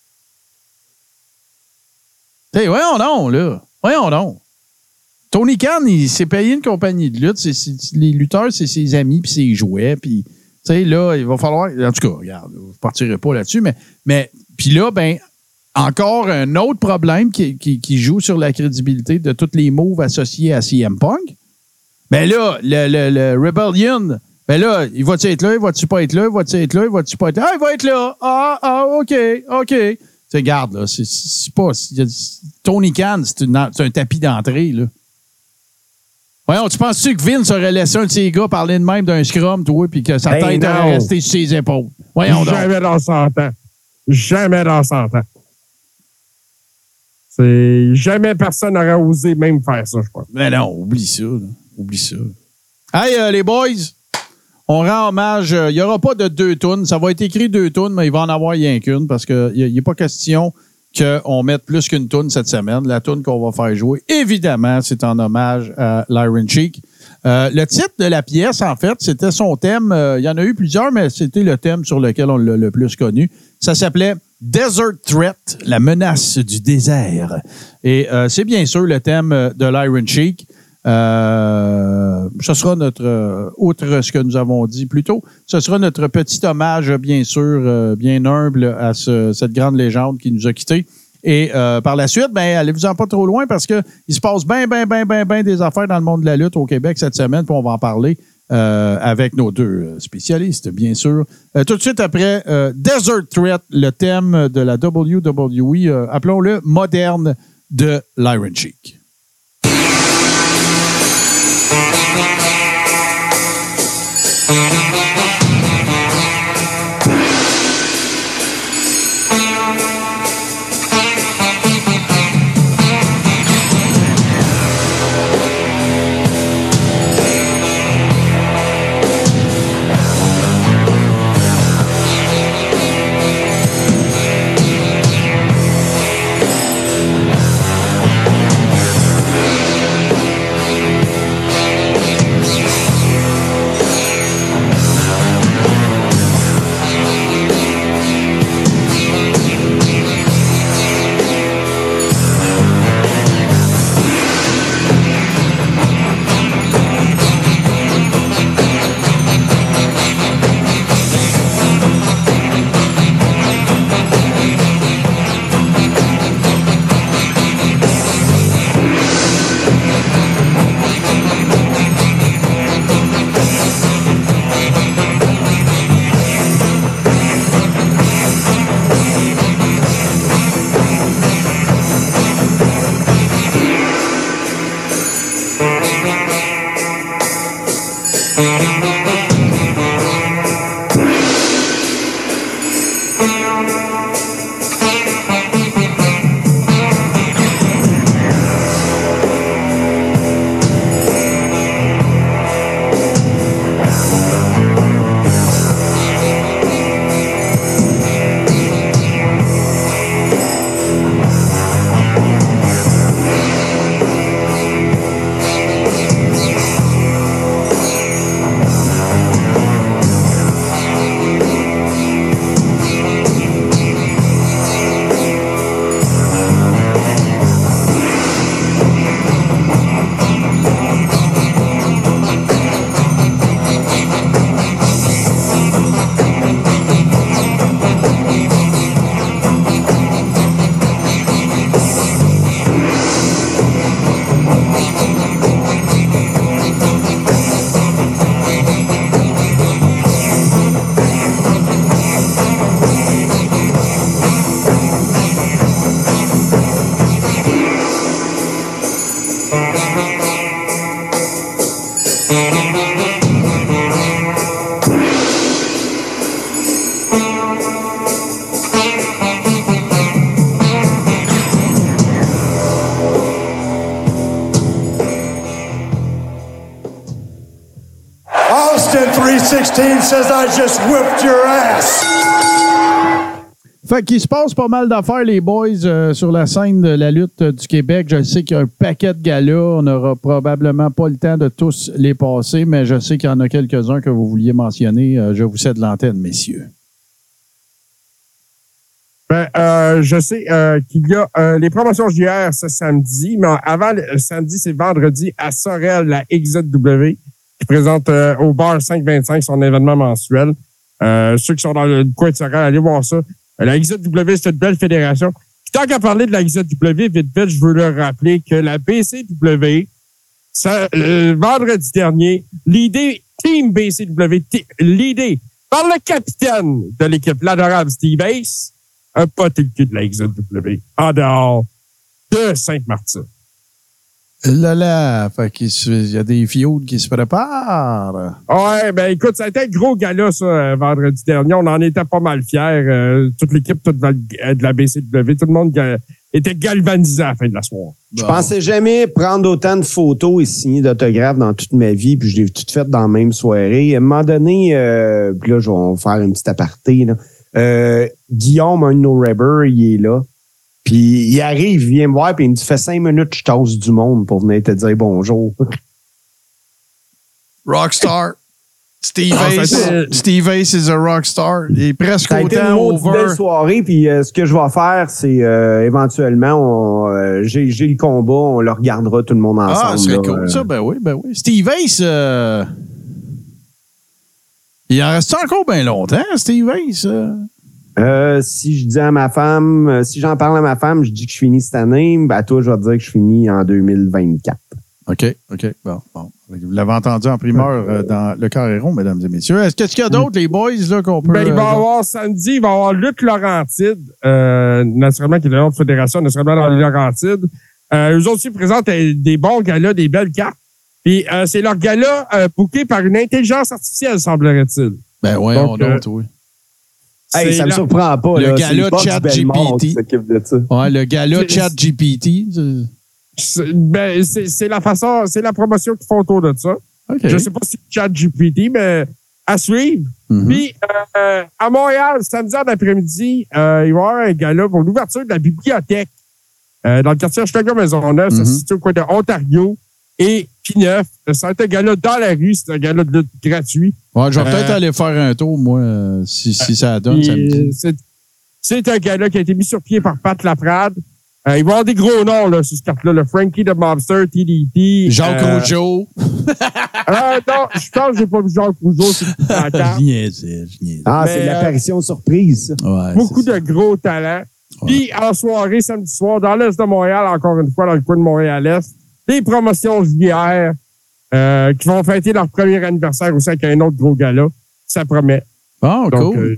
Hey, voyons donc, là. Voyons donc. Tony Khan, il s'est payé une compagnie de lutte. Les lutteurs, c'est ses amis puis ses jouets. Puis, tu sais, là, il va falloir... En tout cas, regarde, je ne partirai pas là-dessus, mais puis là, ben... Encore un autre problème qui joue sur la crédibilité de tous les moves associés à CM Punk. Ben là, le Rebellion, ben là, il va-tu être là? Il va-tu pas être là? Il va-tu être là? Il va-tu pas être là? Ah, il va être là! OK. Tu sais, regarde, là, c'est pas... Tony Khan, c'est un tapis d'entrée, là. Voyons, tu penses-tu que Vince aurait laissé un de ses gars parler de même d'un scrum, toi, puis que sa tête aurait resté sur ses épaules? Voyons donc. Jamais dans 100 ans. Jamais dans 100 ans. C'est jamais personne n'aurait osé même faire ça, je crois. Mais non, oublie ça. Là. Oublie ça. Hey, les boys, on rend hommage. Il n'y aura pas de 2 tunes. Ça va être écrit 2 tunes, mais il va en avoir rien qu'une parce qu'il n'est pas question qu'on mette plus qu'une tune cette semaine. La tune qu'on va faire jouer, évidemment, c'est en hommage à l'Iron Sheik. Le titre de la pièce, en fait, c'était son thème. Il y en a eu plusieurs, mais c'était le thème sur lequel on l'a le plus connu. Ça s'appelait Desert Threat, la menace du désert. Et c'est bien sûr le thème de l'Iron Sheik. Ce sera notre, outre ce que nous avons dit plus tôt, ce sera notre petit hommage, bien sûr, bien humble à cette grande légende qui nous a quittés. Et par la suite, ben, allez-vous-en pas trop loin parce que il se passe bien des affaires dans le monde de la lutte au Québec cette semaine, puis on va en parler avec nos 2 spécialistes, bien sûr. Tout de suite après Desert Threat, le thème de la WWE, appelons-le moderne de l'Iron Sheik. Austin 316 says I just whipped your ass. Fait qu'il se passe pas mal d'affaires, les boys, sur la scène de la lutte du Québec. Je sais qu'il y a un paquet de galas. On n'aura probablement pas le temps de tous les passer, mais je sais qu'il y en a quelques-uns que vous vouliez mentionner. Je vous cède l'antenne, messieurs. Je sais qu'il y a les promotions JR ce samedi, mais avant le samedi, c'est vendredi à Sorel, la XZW, qui présente au bar 525 son événement mensuel. Ceux qui sont dans le coin de Sorel, allez voir ça. La XZW, c'est une belle fédération. Puis tant qu'à parler de la XZW, vite, je veux leur rappeler que la BCW, vendredi dernier, l'idée Team BCW, l'idée par le capitaine de l'équipe, l'adorable Steve Ace, a poté le cul de la XZW en dehors de Sainte-Martine. Là, fait qu'il y a des fioles qui se préparent. Ouais, ben écoute, ça a été un gros gala, ça, vendredi dernier. On en était pas mal fiers. Toute l'équipe de la BCW, tout le monde était galvanisant à la fin de la soirée. Je pensais jamais prendre autant de photos et signer d'autographes dans toute ma vie, puis je l'ai toutes faites dans la même soirée. À un moment donné, puis là, je vais faire une petite aparté, là. Guillaume, un de nos rappers, il est là. Puis il arrive, il vient me voir, puis il me dit, fait 5 minutes, je tasse du monde pour venir te dire bonjour. Rockstar. Steve Ace is a rockstar. Il est presque Ça a été autant une over. belle soirée, puis ce que je vais faire, c'est éventuellement, j'ai le combat, on le regardera tout le monde ensemble. Ah, c'est là, cool, ça. Ben oui. Steve Ace, il en reste encore bien longtemps, Steve Ace? Si je dis à ma femme, si j'en parle à ma femme, je dis que je finis cette année, ben à toi, je vais te dire que je finis en 2024. OK. Bon. Vous l'avez entendu en primeur dans le Carré rond, mesdames et messieurs. Qu'est-ce qu'il y a d'autre, les boys, là, qu'on peut... Ben, il va y avoir samedi, il va y avoir Luc Laurentide, naturellement, qui est de notre fédération, naturellement dans les Laurentides. Eux aussi présentent des bons galas, des belles cartes. Puis c'est leur gala booké par une intelligence artificielle, semblerait-il. Ben ouais, on note, oui. Hey, ça me surprend pas. Le là, gala ChatGPT. Ouais, le gala ChatGPT. C'est la façon, c'est la promotion qu'ils font autour de ça. Okay. Je sais pas si c'est ChatGPT, mais à suivre. Mm-hmm. Puis, à Montréal, samedi en après-midi, il va y avoir un gala pour l'ouverture de la bibliothèque dans le quartier Hochelaga-Maisonneuve. Ça se situe au coin de Ontario et P9. Ça va être un gala dans la rue. C'est un gala de lutte gratuit. Ouais, je vais peut-être aller faire un tour, moi, si ça donne samedi. C'est un gala qui a été mis sur pied par Pat Laprade. Il va y avoir des gros noms là, sur ce carte-là. Le Frankie the Mobster, TDT. Jacques Rougeau. Non, je pense que j'ai pas vu Jacques Rougeau sur la carte. Je niaisais. Ah, c'est l'apparition surprise. Ouais, beaucoup de gros talents. Ouais. Puis en soirée, samedi soir, dans l'Est de Montréal, encore une fois, dans le coin de Montréal-Est, des promotions JR qui vont fêter leur premier anniversaire aussi avec un autre gros gala. Ça promet. Oh, donc, cool.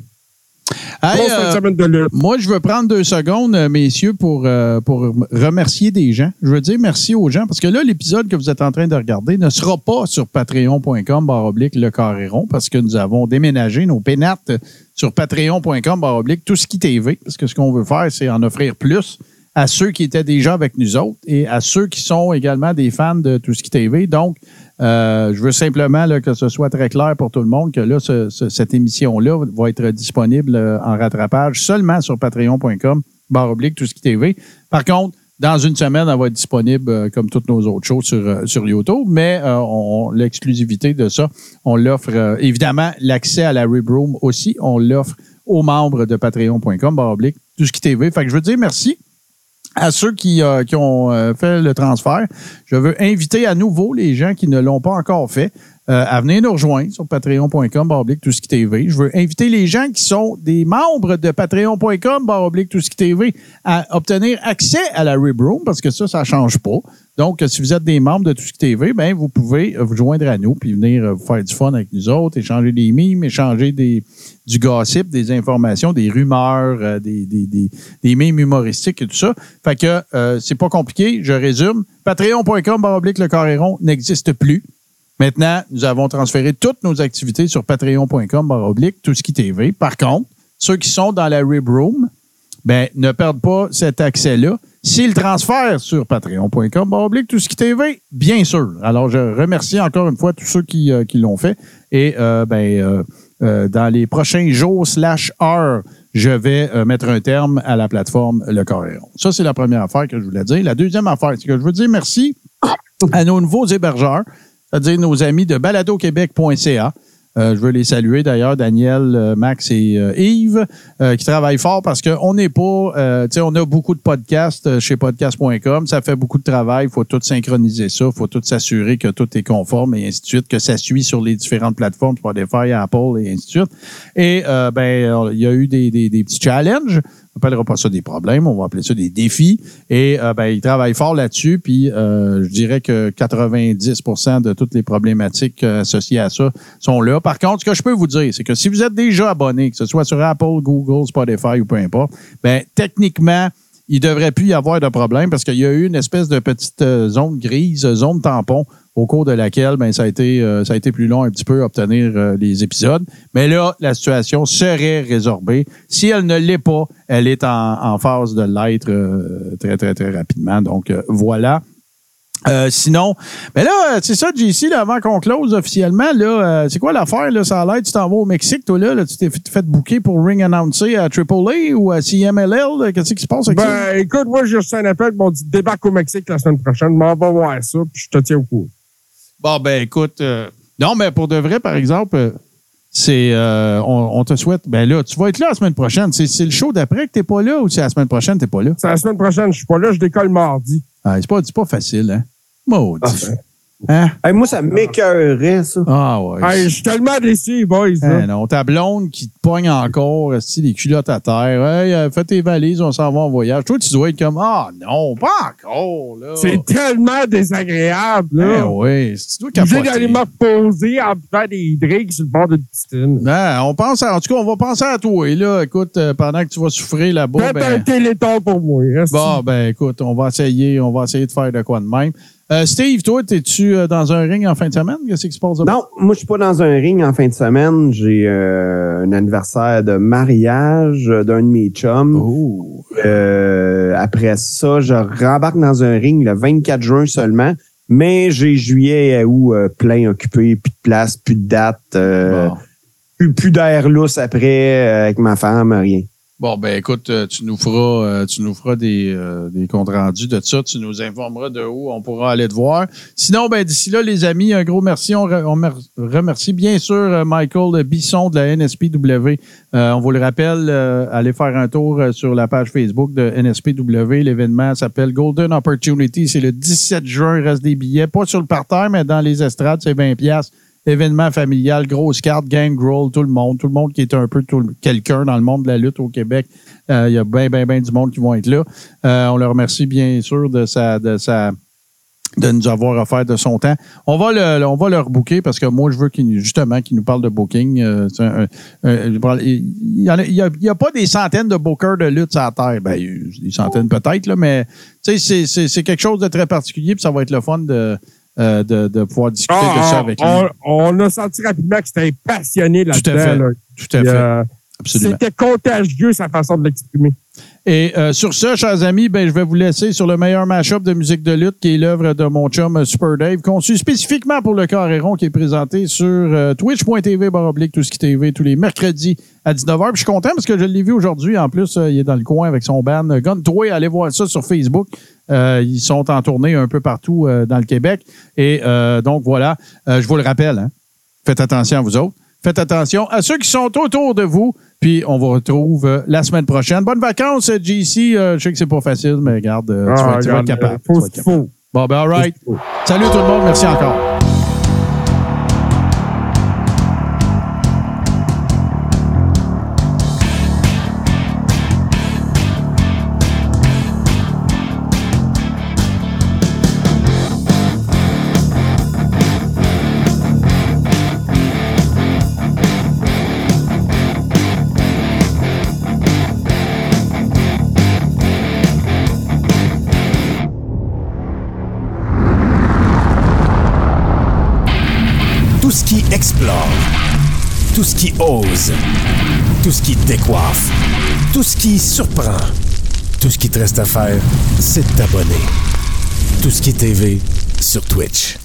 Moi, je veux prendre 2 secondes, messieurs, pour remercier des gens. Je veux dire merci aux gens parce que là, l'épisode que vous êtes en train de regarder ne sera pas sur patreon.com/le carré rond parce que nous avons déménagé nos pénates sur patreon.com/Touski TV parce que ce qu'on veut faire, c'est en offrir plus à ceux qui étaient déjà avec nous autres et à ceux qui sont également des fans de Touski TV. Donc, je veux simplement là, que ce soit très clair pour tout le monde que là, cette émission-là va être disponible en rattrapage seulement sur patreon.com/Touski TV. Par contre, dans une semaine, elle va être disponible comme toutes nos autres choses sur YouTube, mais l'exclusivité de ça, on l'offre évidemment l'accès à la Rib Room aussi, on l'offre aux membres de patreon.com/Touski TV. Fait que je veux dire merci à ceux qui ont fait le transfert. Je veux inviter à nouveau les gens qui ne l'ont pas encore fait à venir nous rejoindre sur patreon.com/Touski TV. Je veux inviter les gens qui sont des membres de patreon.com/Touski TV à obtenir accès à la Rib Room parce que ça ne change pas. Donc, si vous êtes des membres de Touski TV, ben vous pouvez vous joindre à nous puis venir faire du fun avec nous autres, échanger des mimes, échanger du gossip, des informations, des rumeurs, des mimes humoristiques et tout ça. Fait que c'est pas compliqué. Je résume. Patreon.com/le carré rond n'existe plus. Maintenant, nous avons transféré toutes nos activités sur patreon.com/Touski TV. Par contre, ceux qui sont dans la Rib Room, ben, ne perdent pas cet accès-là. S'ils transfèrent sur patreon.com/Touski TV, bien sûr. Alors, je remercie encore une fois tous ceux qui l'ont fait. Et, dans les prochains jours / heures, je vais mettre un terme à la plateforme Le Carré rond. Ça, c'est la première affaire que je voulais dire. La deuxième affaire, c'est que je veux dire merci à nos nouveaux hébergeurs, c'est-à-dire nos amis de baladoquebec.ca. Je veux les saluer d'ailleurs, Daniel, Max et Yves, qui travaillent fort parce qu'on n'est pas, on a beaucoup de podcasts chez podcast.com. Ça fait beaucoup de travail. Il faut tout synchroniser ça. Il faut tout s'assurer que tout est conforme et ainsi de suite, que ça suit sur les différentes plateformes, Spotify, Apple et ainsi de suite. Et, il y a eu des petits challenges. On n'appellera pas ça des problèmes, on va appeler ça des défis. Et ils travaillent fort là-dessus. Puis je dirais que 90% de toutes les problématiques associées à ça sont là. Par contre, ce que je peux vous dire, c'est que si vous êtes déjà abonné, que ce soit sur Apple, Google, Spotify ou peu importe, techniquement, il devrait plus y avoir de problème parce qu'il y a eu une espèce de petite zone grise, zone tampon, au cours de laquelle ça a été plus long un petit peu à obtenir les épisodes. Mais là, la situation serait résorbée. Si elle ne l'est pas, elle est en phase de l'être très, très, très rapidement. Donc, voilà. Sinon, mais là, c'est ça, JC, là, avant qu'on close officiellement, là, c'est quoi l'affaire, là? Ça a l'air, tu t'en vas au Mexique, toi, là tu t'es fait booker pour ring announcer à AAA ou à CMLL, qu'est-ce qui se passe avec ça? Écoute, moi, j'ai reçu un appel, ils m'ont dit débarque au Mexique la semaine prochaine, je m'en vais voir ça, puis je te tiens au courant. Bon, écoute, non, mais pour de vrai, par exemple, c'est, on te souhaite, là, tu vas être là la semaine prochaine. C'est le show d'après que t'es pas là ou c'est la semaine prochaine que t'es pas là? C'est la semaine prochaine, je suis pas là, je décolle mardi. Ah, c'est pas facile, hein? Maudit. Parfait. Hein? Hey, moi, ça m'écœurait, ça. Ah, ouais. Hey, je suis tellement déçu, boys. Non, ta blonde qui te pogne encore, les culottes à terre. Hey, fais tes valises, on s'en va en voyage. Toi, tu dois être comme, non, pas encore, là. C'est tellement désagréable, là. Oui, tu dois capoter. J'ai d'aller me reposer en buvant des drinks sur le bord d'une piscine. On pense en tout cas, on va penser à toi, là. Écoute, pendant que tu vas souffrir là-bas. Faites un téléthon pour moi. Bon, écoute, on va essayer de faire de quoi de même. Steve, toi, es-tu dans un ring en fin de semaine? Qu'est-ce qui se passe là-bas? Non, moi, je suis pas dans un ring en fin de semaine. J'ai un anniversaire de mariage d'un de mes chums. Oh. Après ça, je rembarque dans un ring le 24 juin seulement. Mais j'ai juillet et août plein occupé, plus de place, plus de date, plus d'air lousse après avec ma femme, rien. Bon, écoute, tu nous feras des comptes rendus de ça. Tu nous informeras de où on pourra aller te voir. Sinon, d'ici là, les amis, un gros merci. On remercie bien sûr Michael Bisson de la NSPW. On vous le rappelle, allez faire un tour sur la page Facebook de NSPW. L'événement s'appelle Golden Opportunity. C'est le 17 juin. Il reste des billets. Pas sur le parterre, mais dans les estrades, c'est 20$. Événement familial, grosse carte, gang roll, tout le monde qui est un peu quelqu'un dans le monde de la lutte au Québec. Il y a bien du monde qui vont être là. On le remercie bien sûr de nous avoir offert de son temps. On va le rebooker parce que moi, je veux qu'il nous parle de booking. Il y a pas des centaines de bookers de lutte sur la Terre. Des centaines peut-être, là, mais c'est quelque chose de très particulier puis ça va être le fun de pouvoir discuter de ça avec lui. On a senti rapidement que c'était un passionné là-dedans. Tout à fait. Absolument. C'était contagieux, sa façon de l'exprimer. Et sur ça, chers amis, je vais vous laisser sur le meilleur mash-up de musique de lutte, qui est l'œuvre de mon chum Super Dave, conçu spécifiquement pour le Carré-Rond, qui est présenté sur twitch.tv/TouskiTV tous les mercredis à 19h. Puis je suis content parce que je l'ai vu aujourd'hui. En plus, il est dans le coin avec son band Gun Toy. Allez voir ça sur Facebook. Ils sont en tournée un peu partout dans le Québec. Et donc, voilà. Je vous le rappelle, hein. Faites attention à vous autres. Faites attention à ceux qui sont autour de vous. Puis, on vous retrouve la semaine prochaine. Bonnes vacances, JC. Je sais que c'est pas facile, mais regarde, tu vas être capable. Bon, all right. Salut tout le monde. Merci encore. Tout ce qui explore, tout ce qui ose, tout ce qui décoiffe, tout ce qui surprend, tout ce qui te reste à faire, c'est de t'abonner. Tout ce qui est TV sur Twitch.